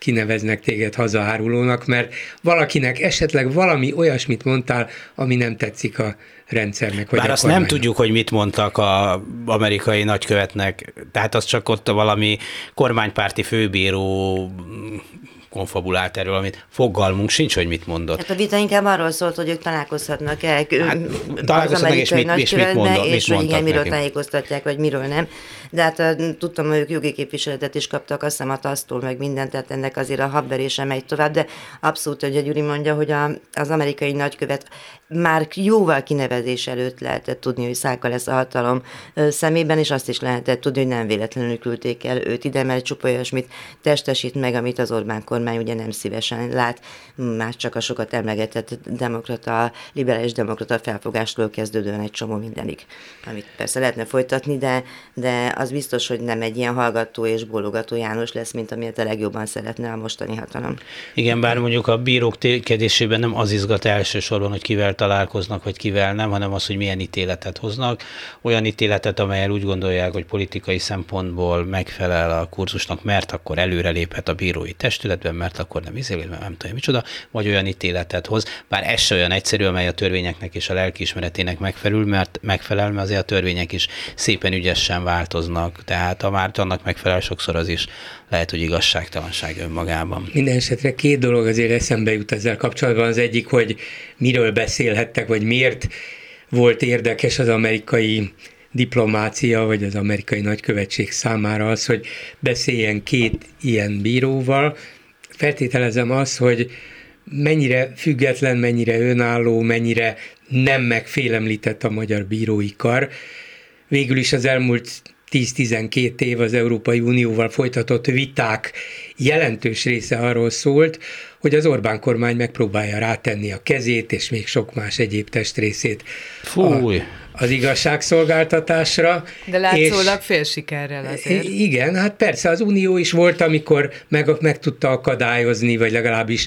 kineveznek téged hazaárulónak, mert valakinek esetleg valami olyasmit mondtál, ami nem tetszik a rendszernek. Vagy Bár a azt kormánynak. nem tudjuk, hogy mit mondtak az amerikai nagykövetnek, tehát az csak ott valami kormánypárti főbíró konfabulált erről, amit fogalmunk sincs, hogy mit mondott. Hát a vita inkább arról szólt, hogy ők találkozhatnak el Hát, az találkozhatnak, és amerikai mit- és mit mondott- nagykövetbe, mit és hogy igen, mondtak miről neki? tájékoztatják, vagy miről nem. De hát uh, tudtam, hogy ők jogi képviseletet is kaptak, azt hiszem a tasztól, meg mindent, tehát ennek azért a habverése megy tovább, de abszolút, hogy a Gyuri mondja, hogy a, az amerikai nagykövet már jóval kinevezés előtt lehetett tudni, hogy Szálka lesz a hatalom ö, szemében, és azt is lehetett tudni, hogy nem véletlenül küldték el őt ide, mert csupa olyasmit testesít meg, amit az Orbán kormány ugye nem szívesen lát, már csak a sokat emlegetett demokrata, liberális demokrata felfogástól kezdődően egy csomó mindenig, amit persze lehetne folytatni, de, de az biztos, hogy nem egy ilyen hallgató és bólogató János lesz, mint amilyet a legjobban szeretne a mostani hatalom. Igen, bár mondjuk a bírók ténykedésében nem az izgat elsősorban, hogy kivel találkoznak, vagy kivel nem, hanem az, hogy milyen ítéletet hoznak. Olyan ítéletet, amellyel úgy gondolják, hogy politikai szempontból megfelel a kurzusnak, mert akkor előreléphet a bírói testületben, mert akkor nem izél, mert nem tudom micsoda, vagy olyan ítéletet hoz. Bár ez se olyan egyszerű, amely a törvényeknek és a lelkiismeretének megfelel, mert megfelel, mert azért a törvények is szépen ügyesen változnak. Tehát ha már annak megfelel, sokszor az is lehet, hogy igazságtalanság önmagában. Minden esetre két dolog azért eszembe jut ezzel kapcsolatban. Az egyik, hogy miről beszélhettek, vagy miért volt érdekes az amerikai diplomácia, vagy az amerikai nagykövetség számára az, hogy beszéljen két ilyen bíróval. Feltételezem azt, hogy mennyire független, mennyire önálló, mennyire nem megfélemlített a magyar bírói kar. Végül is az elmúlt tíz-tizenkét év az Európai Unióval folytatott viták jelentős része arról szólt, hogy az Orbán kormány megpróbálja rátenni a kezét, és még sok más egyéb testrészét Fúj. a, az igazságszolgáltatásra. De látszólag fél sikerrel azért. Igen, hát persze az Unió is volt, amikor meg, meg tudta akadályozni, vagy legalábbis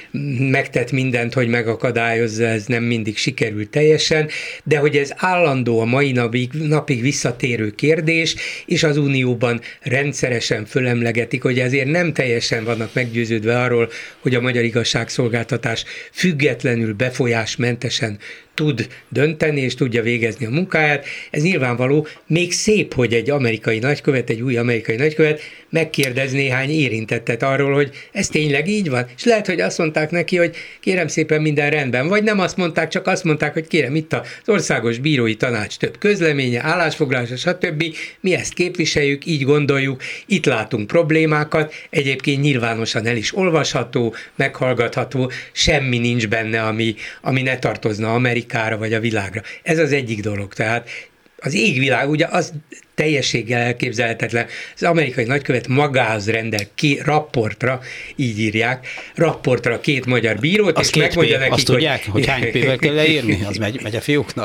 megtett mindent, hogy megakadályozza, ez nem mindig sikerült teljesen, de hogy ez állandó a mai napig, napig visszatérő kérdés, és az Unióban rendszeresen fölemlegetik, hogy ezért nem teljesen vannak meggyőződve arról, hogy a magyar igazságszolgáltatás függetlenül, befolyásmentesen tud dönteni, és tudja végezni a munkáját. Ez nyilvánvaló, még szép, hogy egy amerikai nagykövet, egy új amerikai nagykövet megkérdez néhány érintettet arról, hogy ez tényleg így van, és lehet, hogy azt mondták neki, hogy kérem szépen minden rendben, vagy nem azt mondták, csak azt mondták, hogy kérem, itt az Országos Bírói Tanács több közleménye, állásfoglalása, stb. Mi ezt képviseljük, így gondoljuk, itt látunk problémákat, egyébként nyilvánosan el is olvasható, meghallgatható, semmi nincs benne, ami, ami ne tartozna Amerikára vagy a világra. Ez az egyik dolog, tehát az égvilág, ugye az teljességgel elképzelhetetlen. Az amerikai nagykövet magához rendel ki rapportra, így írják, rapportra két magyar bírót, az és megmondja nekik, azt tudják, hogy, hogy hány pével kell leírni? Az megy, megy a fiúknak.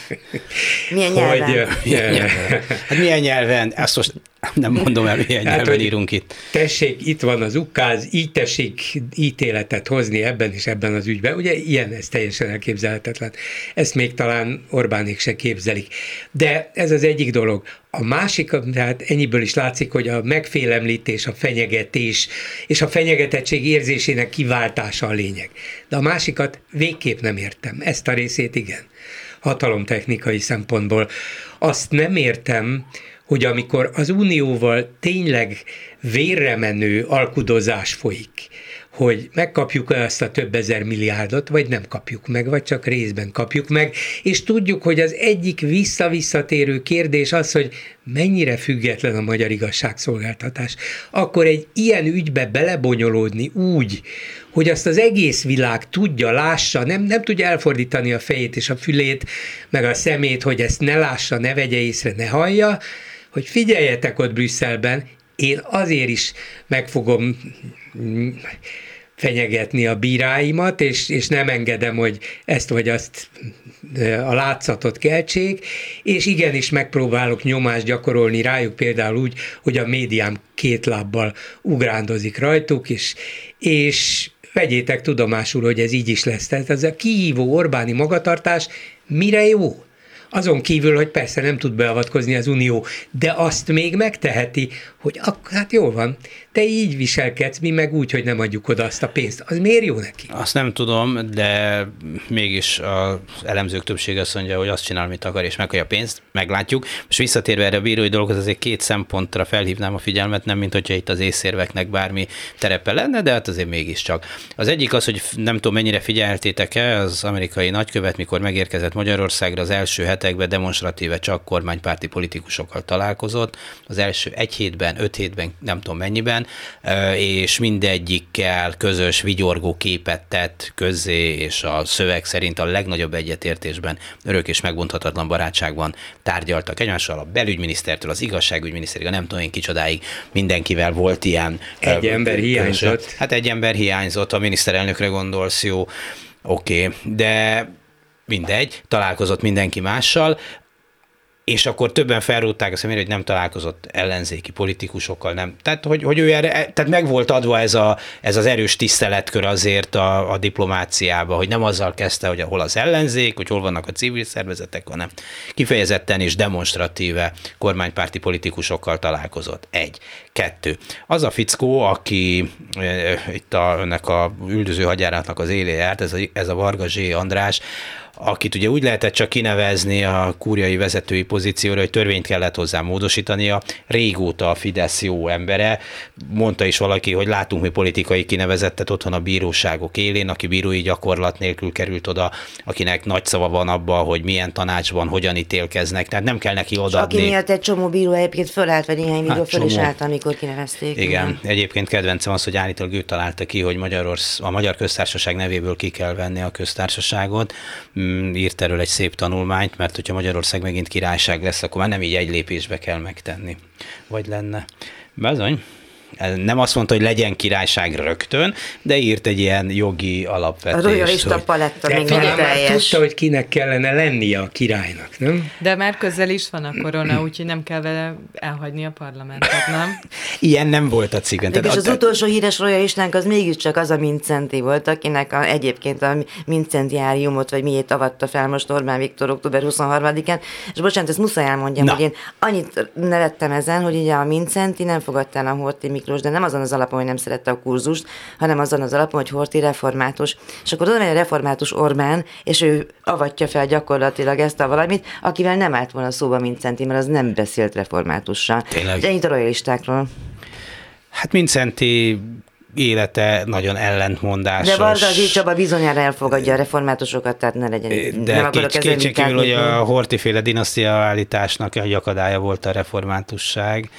Milyen nyelven? Hogy, Milyen nyelven? Hát milyen nyelven? Ezt most nem mondom el, milyen hát, nyelven írunk itt. Tessék, itt van az ukáz, így tessék ítéletet hozni ebben és ebben az ügyben. Ugye ilyen, ez teljesen elképzelhetetlen. Ezt még talán Orbánék se képzelik. De ez az egyik dolog. A másik, tehát ennyiből is látszik, hogy a megfélemlítés, a fenyegetés és a fenyegetettség érzésének kiváltása a lényeg. De a másikat végképp nem értem. Ezt a részét igen. Hatalomtechnikai szempontból. Azt nem értem, hogy amikor az Unióval tényleg vérre menő alkudozás folyik, hogy megkapjuk ezt a több ezer milliárdot, vagy nem kapjuk meg, vagy csak részben kapjuk meg, és tudjuk, hogy az egyik vissza-visszatérő kérdés az, hogy mennyire független a magyar igazságszolgáltatás, akkor egy ilyen ügybe belebonyolódni úgy, hogy azt az egész világ tudja, lássa, nem, nem tudja elfordítani a fejét és a fülét, meg a szemét, hogy ezt ne lássa, ne vegye észre, ne hallja, hogy figyeljetek ott Brüsszelben, én azért is meg fogom fenyegetni a bíráimat, és, és nem engedem, hogy ezt vagy azt a látszatot keltsék, és igenis megpróbálok nyomást gyakorolni rájuk, például úgy, hogy a médiám két lábbal ugrándozik rajtuk, és, és vegyétek tudomásul, hogy ez így is lesz. Tehát ez a kihívó Orbáni magatartás mire jó? Azon kívül, hogy persze nem tud beavatkozni az Unió, de azt még megteheti, hogy ak- hát jól van, te így viselkedsz, mi meg úgy, hogy nem adjuk oda azt a pénzt. Az miért jó neki? Azt nem tudom, de mégis az elemzők többsége azt mondja, hogy azt csinál, amit akar, és megkapja a pénzt, meglátjuk. Most visszatérve erre a bírói dologhoz, azért két szempontra felhívnám a figyelmet, nem mint hogyha itt az észérveknek bármi terepe lenne, de hát azért mégiscsak. Az egyik az, hogy nem tudom, mennyire figyeltétek-e, az amerikai nagykövet, mikor megérkezett Magyarországra, az első hetekben demonstratíve csak kormánypárti politikusokkal találkozott, az első egy hétben, öt hétben, nem tudom mennyiben, és mindegyikkel közös vigyorgó képet tett közzé, és a szöveg szerint a legnagyobb egyetértésben, örök és megbonthatatlan barátságban tárgyaltak egymással, a belügyminisztertől, az igazságügyminiszterig, a nem tudom én kicsodáig, mindenkivel volt ilyen. Egy uh, ember hiányzott. Közös. Hát egy ember hiányzott, a miniszterelnökre gondolsz, jó, oké, okay. De mindegy, találkozott mindenki mással, és akkor többen felrúgták a szemére, hogy nem találkozott ellenzéki politikusokkal, nem. Tehát, hogy, hogy ő erre, tehát meg volt adva ez, a, ez az erős tiszteletkör azért a, a diplomáciába, hogy nem azzal kezdte, hogy hol az ellenzék, hogy hol vannak a civil szervezetek, hanem kifejezetten és demonstratíve kormánypárti politikusokkal találkozott. Egy. Kettő. Az a fickó, aki e, itt a, önnek a üldöző hadjáratnak az élén járt, ez a, ez a Varga Zsé András, akit ugye úgy lehetett csak kinevezni a kúriai vezetői pozícióra, hogy törvényt kellett hozzá módosítania, régóta a Fidesz jó embere, mondta is valaki, hogy látunk mi politikai kinevezettet otthon a bíróságok élén, aki bírói gyakorlat nélkül került oda, akinek nagy szava van abban, hogy milyen tanácsban, hogyan ítélkeznek, tehát nem kell neki odaadni. Aki miatt egy csomó bíró egyébként fölállt, vagy néhány bíró hát, föl is állt, amikor kinevezték. Igen, igen. Egyébként kedvencem az, hogy állítólag ő találta ki, hogy Magyarorsz, a Magyar Köztársaság nevéből ki kell venni a köztársaságot. Írt erről egy szép tanulmányt, mert hogyha Magyarország megint királyság lesz, akkor már nem így egy lépésbe kell megtenni. Vagy lenne. Bizony. Nem azt mondta, hogy legyen királyság rögtön, de írt egy ilyen jogi alapvetést. A royalista hogy... paletta még nem teljes. Tudta, hogy kinek kellene lennie a királynak, nem? De már közel is van a korona, úgyhogy nem kell vele elhagyni a parlamentet, nem? Ilyen nem volt a cikkben. És az utolsó híres royalistánk az mégiscsak az a Mindszenty volt, akinek a, egyébként a Mindszentyáriumot, vagy miért avatta fel most Orbán Viktor október huszonharmadikán. És bocsánat, ezt muszáj elmondjam, Na. hogy én annyit nevettem ezen, hogy ugye a Mindszenty nem fogadta el a Horthy Miklós, de nem azon az alapon, hogy nem szerette a kurzust, hanem azon az alapon, hogy Horthy református. És akkor oda megy a református Orbán, és ő avatja fel gyakorlatilag ezt a valamit, akivel nem állt volna szóba Mindszenty, mert az nem beszélt reformátussal. Tényleg. De ennyit a royalistákról. Hát Mindszenty élete nagyon ellentmondásos. De Varga Zsé Csaba bizonyára elfogadja a reformátusokat, tehát ne legyen. De nem két, kétségkívül, hogy a Horthy-féle dinasztia állításnak egy akadálya volt a reformátusság,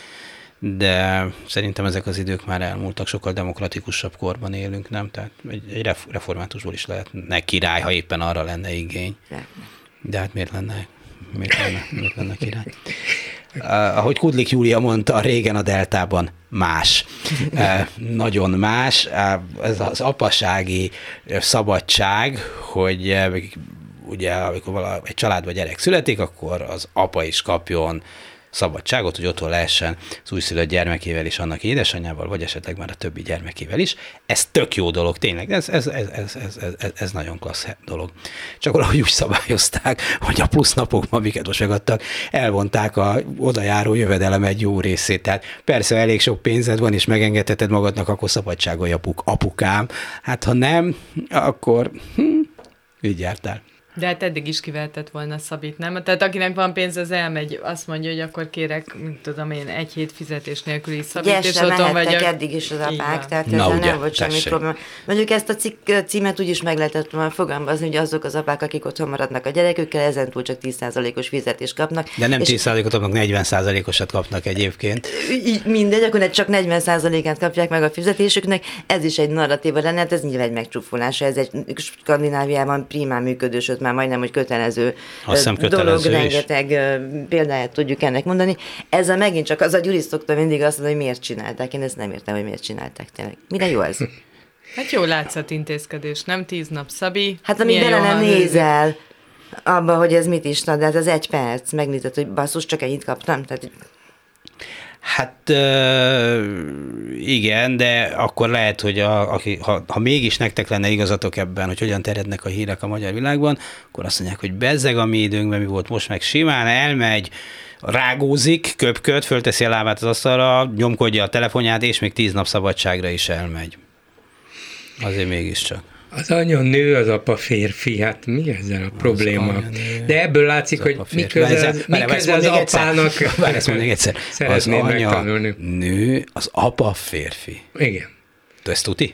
de szerintem ezek az idők már elmúltak, sokkal demokratikusabb korban élünk, nem? Tehát egy, egy reformátusból is lehetne király, ha éppen arra lenne igény. De hát miért lenne, miért lenne, miért lenne király? Uh, ahogy Kudlik Júlia mondta, régen a deltában más. Uh, nagyon más. Uh, ez az apasági szabadság, hogy uh, ugye amikor vala, egy családba gyerek születik, akkor az apa is kapjon szabadságot, hogy otthon lehessen az újszülött gyermekével is, annak édesanyjával, vagy esetleg már a többi gyermekével is. Ez tök jó dolog, tényleg, ez, ez, ez, ez, ez, ez, ez nagyon klassz dolog. Csak valahogy úgy szabályozták, hogy a plusz napokban, amiket most megadtak, elvonták a odajáró jövedelem egy jó részét. Tehát persze elég sok pénzed van, és megengedheted magadnak, akkor szabadságolj apuk, apukám. Hát ha nem, akkor hm, így jártál. De hát eddig is kivehetett volna Szabit, nem? Tehát akinek van pénz, az elmegy, azt mondja, hogy akkor kérek, mint tudom én, egy hét fizetés nélküli Szabit, és otthon vagy. A... eddig is az apák, tehát Na, ezzel ugye, nem volt semmi tessék. probléma. Mondjuk ezt a cikk címet úgy is meg lehetett volna fogalmazni, hogy azok az apák, akik otthon maradnak a gyerekükkel, ezentúl csak tíz százalékos fizetést kapnak. De nem tíz százalékot kapnak, negyven százalékosat kapnak egyébként. Mindegy, akkor csak negyven százalékát kapják meg a fizetésüknek, ez is egy narratíva lenne, hát ez nyilván egy megcsúfolása, ez egy Skandináviában primán működő, sőt már majdnem, hogy kötelező dolog, rengeteg példáját tudjuk ennek mondani. Ezzel megint csak az a Gyuri szokta mindig azt mondani, hogy miért csinálták. Én ezt nem értem, hogy miért csinálták tényleg. Mire jó ez? Hát jó látszat intézkedés, nem tíz nap Szabi. Hát amíg bele nem nézel abba, hogy ez mit is, de hát az egy perc, megnézed, hogy basszus, csak ennyit kaptam. Tehát... Hát igen, de akkor lehet, hogy a, aki, ha, ha mégis nektek lenne igazatok ebben, hogy hogyan terjednek a hírek a magyar világban, akkor azt mondják, hogy bezzeg a mi időnkben mi volt, most meg simán elmegy, rágózik, köpköd, fölteszi a lábát az asztalra, nyomkodja a telefonját, és még tíz nap szabadságra is elmegy. Azért mégiscsak. Az anya nő, az apa férfi, hát mi ezzel a probléma? De ebből látszik, hogy miközben az, miközben az apának... Várj, ezt mondjuk egyszer. Az anya nő, az apa férfi. Igen. Te ezt tuti?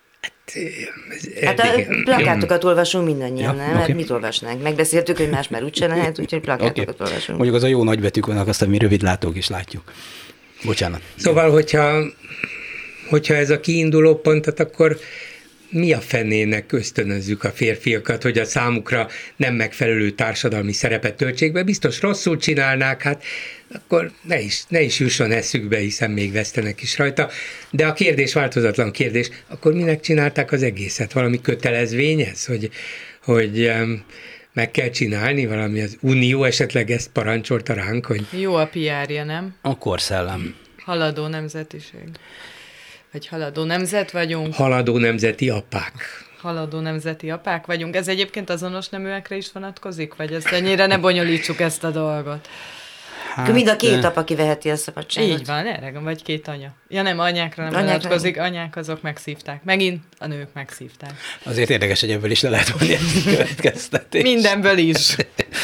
Hát a plakátokat olvasunk mindannyian, nem? Okay. Hát mit olvasnánk? Megbeszéltük, hogy más már úgyse lehet, úgyhogy plakátokat okay. olvasunk. Mondjuk az a jó nagybetűk vannak, azt, mi rövidlátók is látjuk. Bocsánat. Szóval, hogyha, hogyha ez a kiinduló pontot, akkor mi a fenének ösztönözzük a férfiakat, hogy a számukra nem megfelelő társadalmi szerepet töltsék be? Biztos rosszul csinálnák, hát akkor ne is, ne is jusson eszükbe, hiszen még vesztenek is rajta. De a kérdés változatlan kérdés, akkor minek csinálták az egészet? Valami kötelezvény ez, hogy, hogy um, meg kell csinálni valami? Az Unió esetleg ezt parancsolta ránk, hogy... Jó a pé er-je, nem? A korszellem. Haladó nemzetiség. Vagy haladó nemzet vagyunk. Haladó nemzeti apák. Haladó nemzeti apák vagyunk. Ez egyébként azonos neműekre is vonatkozik? Vagy ezt ennyire ne bonyolítsuk ezt a dolgot? Hát, mind a két apa kiveheti a szabadságot. Így van, erre vagy két anya. Ja nem, anyákra nem anyákra vonatkozik, nem. Anyák azok megszívták. Megint a nők megszívták. Azért érdekes, hogy ebből is le lehet vonni egy következtetés. Mindenből is.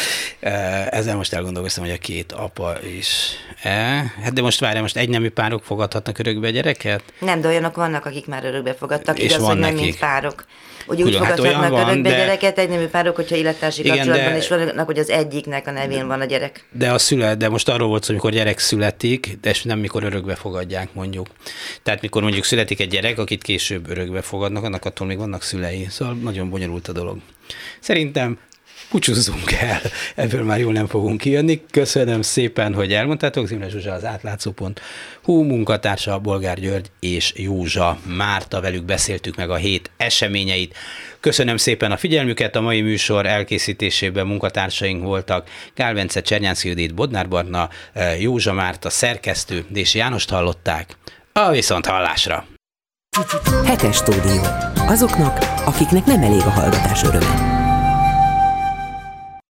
Ezzel most elgondolkoztam, hogy a két apa is. E? Hát de most várja, most egynemű párok fogadhatnak örökbe gyereket? Nem, de olyanok vannak, akik már örökbe fogadtak. És igaz, hogy nem mint párok. Úgy, úgy hát fogadhatnak van, örökbe de... gyereket, egynemű párok, hogyha illettársi igen, kapcsolatban de... is vannak, hogy az egyiknek a nevén van a gyerek. De a szület, de most arról volt szó, amikor gyerek születik, de nem mikor örökbe fogadják, mondjuk. Tehát mikor mondjuk születik egy gyerek, akit később örökbe fogadnak, annak attól még vannak szülei. Szóval nagyon bonyolult a dolog. Szerintem búcsúzzunk el, ebből már jól nem fogunk kijönni. Köszönöm szépen, hogy elmondtátok. Zimle Zsuzsa, az átlátszó pont hú munkatársa, Bolgár György és Józsa Márta, velük beszéltük meg a hét eseményeit. Köszönöm szépen a figyelmüket, a mai műsor elkészítésében munkatársaink voltak Gál Bence, Csernyánszky Judit, Bodnár Barna, Józsa Márta, szerkesztő, Dési Jánost hallották. A viszonthallásra! Hetes stúdió. Azoknak, akiknek nem elég a hallgatás öröme.